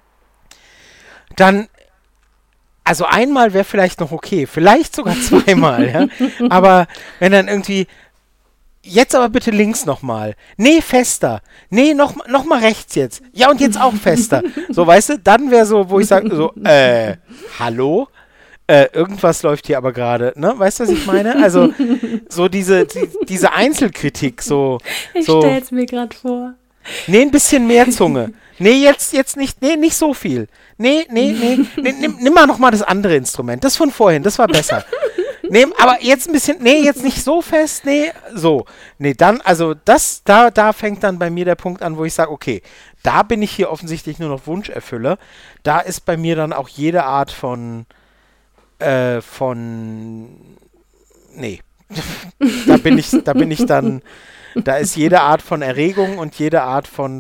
dann, also einmal wäre vielleicht noch okay, vielleicht sogar zweimal, ja, aber wenn dann irgendwie, jetzt aber bitte links nochmal, nee, fester, nee, noch mal rechts jetzt, ja und jetzt auch fester, so, weißt du, dann wäre so, wo ich sage, so, hallo? Irgendwas läuft hier aber gerade, ne? Weißt du, was ich meine? Also, so diese Einzelkritik, so. Ich stell's mir gerade vor. Nee, ein bisschen mehr Zunge. Nee, jetzt nicht, nee, nicht so viel. Nee, nimm mal nochmal das andere Instrument. Das von vorhin, das war besser. Nee, aber jetzt ein bisschen, nee, jetzt nicht so fest, nee, so. Nee, dann, also da fängt dann bei mir der Punkt an, wo ich sage, okay, da bin ich hier offensichtlich nur noch Wunscherfüller. Da ist bei mir dann auch jede Art nee. Da bin ich dann, da ist jede Art von Erregung und jede Art von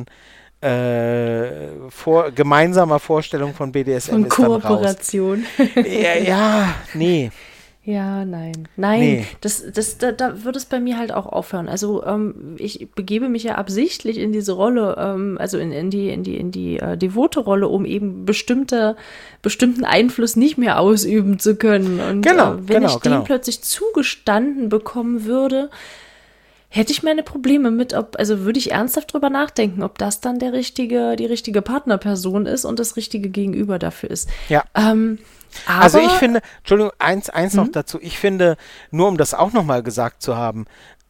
gemeinsamer Vorstellung von BDSM von ist dann raus. Kooperation. Nee. Ja, nein. Nee. Da würde es bei mir halt auch aufhören. Also ich begebe mich ja absichtlich in diese Rolle, also in die devote Rolle, um eben bestimmten Einfluss nicht mehr ausüben zu können. Und wenn ich den plötzlich zugestanden bekommen würde, hätte ich meine Probleme mit, würde ich ernsthaft drüber nachdenken, ob das dann die richtige Partnerperson ist und das richtige Gegenüber dafür ist. Ja. Also ich finde, Entschuldigung, eins noch dazu, ich finde, nur um das auch nochmal gesagt zu haben,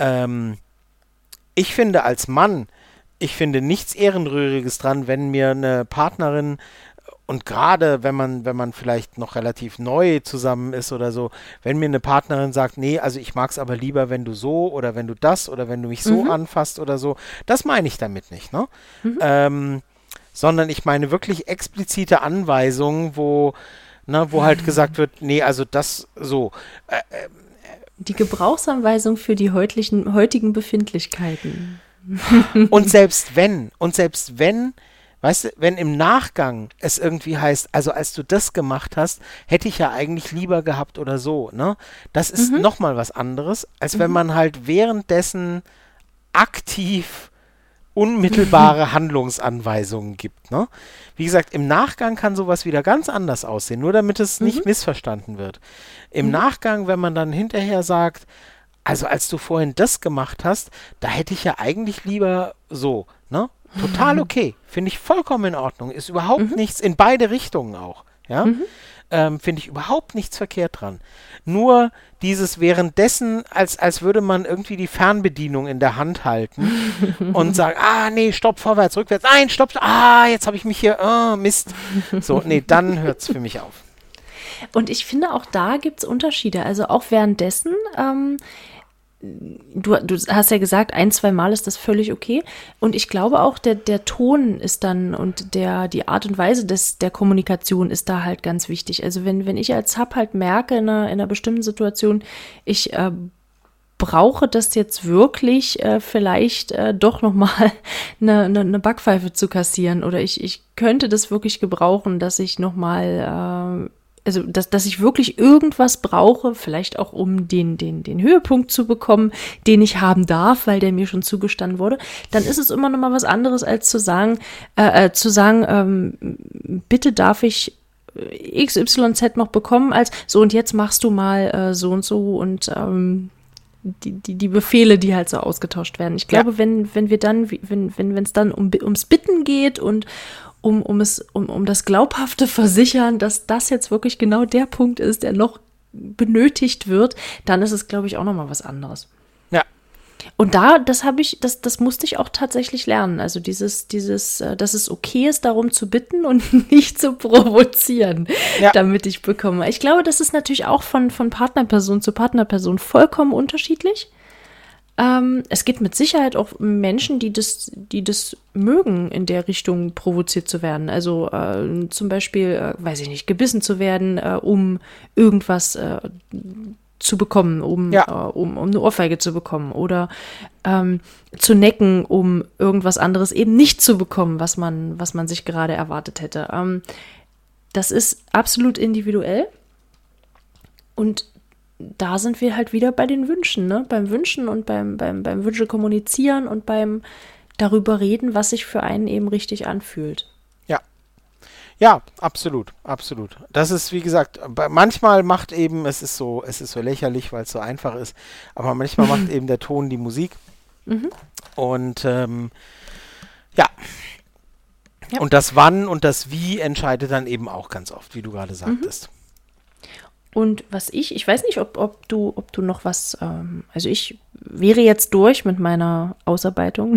ich finde als Mann, nichts Ehrenrühriges dran, wenn mir eine Partnerin, und gerade wenn man vielleicht noch relativ neu zusammen ist oder so, wenn mir eine Partnerin sagt, nee, also ich mag es aber lieber, wenn du so oder wenn du das oder wenn du mich so anfasst oder so, das meine ich damit nicht, ne? Sondern ich meine wirklich explizite Anweisungen, wo halt gesagt wird, nee, also das so. Die Gebrauchsanweisung für die heutigen Befindlichkeiten. Und selbst wenn, weißt du, wenn im Nachgang es irgendwie heißt, also als du das gemacht hast, hätte ich ja eigentlich lieber gehabt oder so, ne? Das ist nochmal was anderes, als wenn man halt währenddessen aktiv unmittelbare Handlungsanweisungen gibt. Ne? Wie gesagt, im Nachgang kann sowas wieder ganz anders aussehen, nur damit es nicht missverstanden wird. Im Nachgang, wenn man dann hinterher sagt, also als du vorhin das gemacht hast, da hätte ich ja eigentlich lieber so, ne? Total okay, finde ich vollkommen in Ordnung, ist überhaupt nichts, in beide Richtungen auch, ja? Finde ich überhaupt nichts verkehrt dran. Nur dieses währenddessen, als würde man irgendwie die Fernbedienung in der Hand halten und sagen, nee, stopp, vorwärts, rückwärts, nein, stopp, jetzt habe ich mich hier, Mist. So, nee, dann hört es für mich auf. Und ich finde, auch da gibt es Unterschiede. Also auch währenddessen, du hast ja gesagt, 1-2 Mal ist das völlig okay. Und ich glaube auch, der Ton ist dann und die Art und Weise der Kommunikation ist da halt ganz wichtig. Also wenn ich als Sub halt merke in einer bestimmten Situation, ich brauche das jetzt wirklich vielleicht doch nochmal eine Backpfeife zu kassieren oder ich könnte das wirklich gebrauchen, dass ich nochmal also dass ich wirklich irgendwas brauche, vielleicht auch um den Höhepunkt zu bekommen, den ich haben darf, weil der mir schon zugestanden wurde, dann ist es immer noch mal was anderes, als zu sagen, bitte darf ich XYZ noch bekommen, als so und jetzt machst du mal so und so und die Befehle, die halt so ausgetauscht werden. Ich glaube, wenn es dann ums Bitten geht und um das glaubhafte Versichern, dass das jetzt wirklich genau der Punkt ist, der noch benötigt wird, dann ist es, glaube ich, auch nochmal was anderes. Ja. Und das musste ich auch tatsächlich lernen. Also dass es okay ist, darum zu bitten und nicht zu provozieren, damit ich bekomme. Ich glaube, das ist natürlich auch von Partnerperson zu Partnerperson vollkommen unterschiedlich. Es gibt mit Sicherheit auch Menschen, die das mögen, in der Richtung provoziert zu werden. Also zum Beispiel, weiß ich nicht, gebissen zu werden, um irgendwas zu bekommen, um eine Ohrfeige zu bekommen oder zu necken, um irgendwas anderes eben nicht zu bekommen, was man sich gerade erwartet hätte. Das ist absolut individuell und da sind wir halt wieder bei den Wünschen, ne? Beim Wünschen und beim Wünsche kommunizieren und beim darüber reden, was sich für einen eben richtig anfühlt. Ja, absolut. Das ist, wie gesagt, manchmal macht eben, es ist so lächerlich, weil es so einfach ist, aber manchmal macht eben der Ton die Musik. Und und das Wann und das Wie entscheidet dann eben auch ganz oft, wie du gerade sagtest. Und was ich weiß nicht, ob du noch was, also ich wäre jetzt durch mit meiner Ausarbeitung.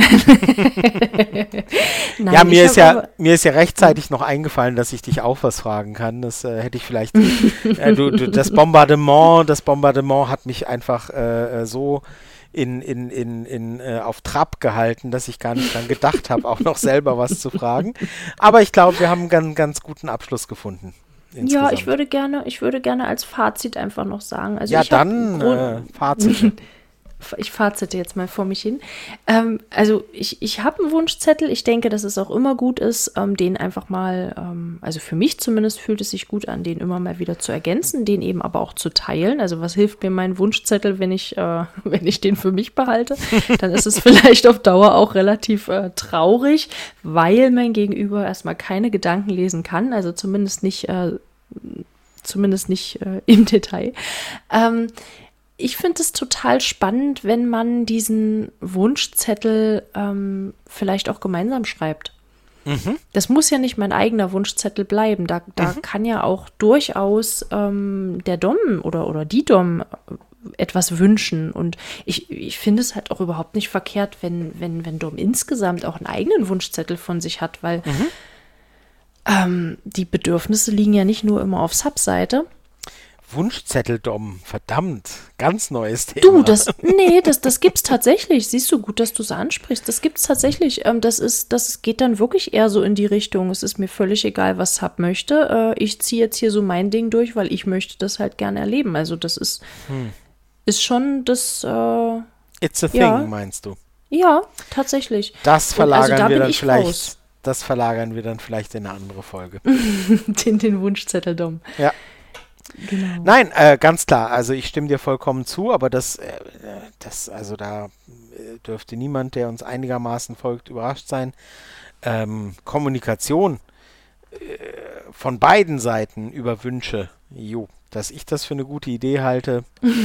Nein, ja, mir ist ja rechtzeitig noch eingefallen, dass ich dich auch was fragen kann. Das hätte ich vielleicht, das Bombardement hat mich einfach so auf Trab gehalten, dass ich gar nicht dran gedacht habe, auch noch selber was zu fragen. Aber ich glaube, wir haben einen ganz guten Abschluss gefunden. Insgesamt. Ja, ich würde gerne als Fazit einfach noch sagen. Also Fazit. Ich fazite jetzt mal vor mich hin. Also ich habe einen Wunschzettel. Ich denke, dass es auch immer gut ist, den einfach mal, also für mich zumindest fühlt es sich gut an, den immer mal wieder zu ergänzen, den eben aber auch zu teilen. Also was hilft mir mein Wunschzettel, wenn ich den für mich behalte? Dann ist es vielleicht auf Dauer auch relativ traurig, weil mein Gegenüber erstmal keine Gedanken lesen kann, also zumindest nicht im Detail. Ich finde es total spannend, wenn man diesen Wunschzettel vielleicht auch gemeinsam schreibt. Das muss ja nicht mein eigener Wunschzettel bleiben. Da kann ja auch durchaus der Dom oder die Dom etwas wünschen. Und ich finde es halt auch überhaupt nicht verkehrt, wenn Dom insgesamt auch einen eigenen Wunschzettel von sich hat, weil die Bedürfnisse liegen ja nicht nur immer auf Subseite. Wunschzettel-Dom, verdammt, ganz neues Thema. Das gibt's tatsächlich. Siehst du, gut, dass du es ansprichst. Das gibt's tatsächlich. Das geht dann wirklich eher so in die Richtung. Es ist mir völlig egal, was Sub möchte. Ich ziehe jetzt hier so mein Ding durch, weil ich möchte das halt gerne erleben. Also das ist schon das. It's a thing, meinst du? Ja, tatsächlich. Das verlagern wir dann vielleicht. Das verlagern wir dann vielleicht in eine andere Folge. Den Wunschzettel-Dom. Ja. Genau. Nein, ganz klar. Also ich stimme dir vollkommen zu, aber also da dürfte niemand, der uns einigermaßen folgt, überrascht sein. Kommunikation von beiden Seiten über Wünsche, dass ich das für eine gute Idee halte,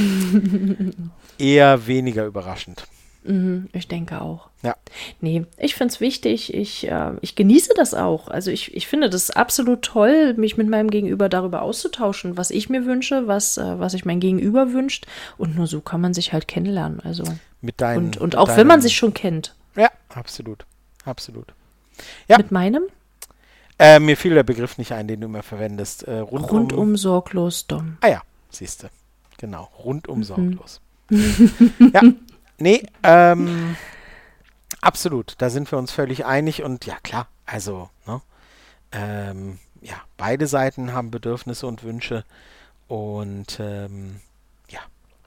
eher weniger überraschend. Ich denke auch. Ja. Nee, ich finde es wichtig. Ich genieße das auch. Also ich finde das absolut toll, mich mit meinem Gegenüber darüber auszutauschen, was ich mir wünsche, was sich mein Gegenüber wünscht. Und nur so kann man sich halt kennenlernen. Also und auch wenn man sich schon kennt. Ja, absolut. Absolut. Ja. Mit meinem? Mir fiel der Begriff nicht ein, den du immer verwendest. Rundum sorglos Dom. Ah ja, siehst du. Genau, rundum sorglos. Ja. Nee, absolut, da sind wir uns völlig einig und ja klar, also, ne, ja, beide Seiten haben Bedürfnisse und Wünsche und ja,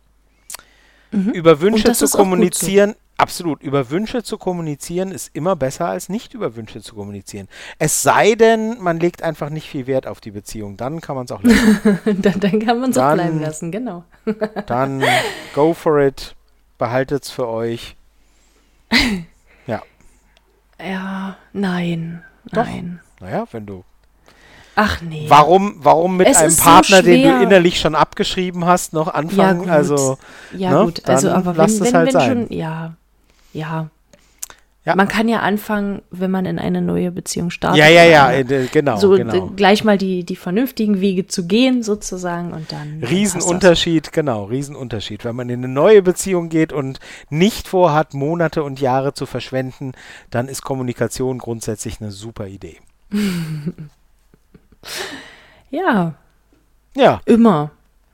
über Wünsche zu kommunizieren, absolut, über Wünsche zu kommunizieren ist immer besser als nicht über Wünsche zu kommunizieren. Es sei denn, man legt einfach nicht viel Wert auf die Beziehung, dann kann man es auch lassen. dann kann man es auch bleiben lassen, genau. Dann go for it. Behaltet es für euch. Ja. Ja, nein. Doch. Nein. Naja, wenn du. Ach nee. Warum mit einem Partner, so den du innerlich schon abgeschrieben hast, noch anfangen? Ja, also. Ja, gut. Also, aber wenn sein. Schon. Ja. Man kann ja anfangen, wenn man in eine neue Beziehung startet. Ja, genau. So genau. Gleich mal die vernünftigen Wege zu gehen, sozusagen, und dann. Riesenunterschied, genau, Riesenunterschied. Wenn man in eine neue Beziehung geht und nicht vorhat, Monate und Jahre zu verschwenden, dann ist Kommunikation grundsätzlich eine super Idee. Ja. Ja. Immer.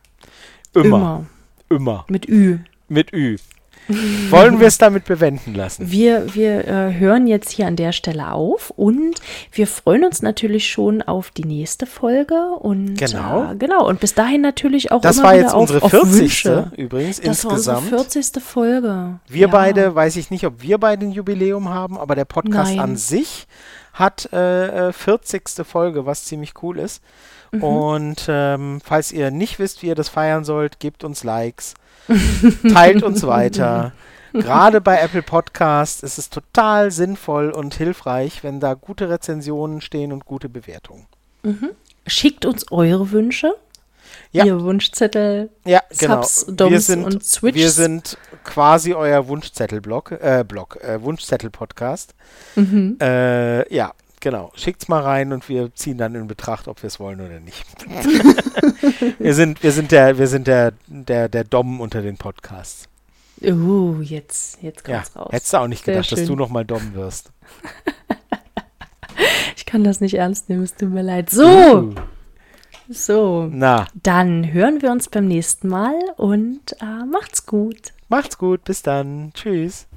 Mit Ü. Mit Ü. Wollen wir es damit bewenden lassen? Wir hören jetzt hier an der Stelle auf und wir freuen uns natürlich schon auf die nächste Folge und genau und bis dahin natürlich auch das immer war wieder jetzt unsere 40. übrigens das insgesamt. Das war unsere 40. Folge. Wir beide, weiß ich nicht, ob wir beide ein Jubiläum haben, aber der Podcast an sich hat 40. Folge, was ziemlich cool ist. Und falls ihr nicht wisst, wie ihr das feiern sollt, gebt uns Likes. Teilt uns weiter. Gerade bei Apple Podcasts ist es total sinnvoll und hilfreich, wenn da gute Rezensionen stehen und gute Bewertungen. Schickt uns eure Wünsche. Ja. Ihr Wunschzettel, Subs, Doms und Switches. Wir sind quasi euer Wunschzettel-Podcast. Ja, genau. Schickt's mal rein und wir ziehen dann in Betracht, ob wir es wollen oder nicht. wir sind der Dom unter den Podcasts. Jetzt kommt's raus. Hättest du auch nicht gedacht, dass du nochmal Dom wirst. Ich kann das nicht ernst nehmen, es tut mir leid. So, dann hören wir uns beim nächsten Mal und macht's gut. Macht's gut, bis dann. Tschüss.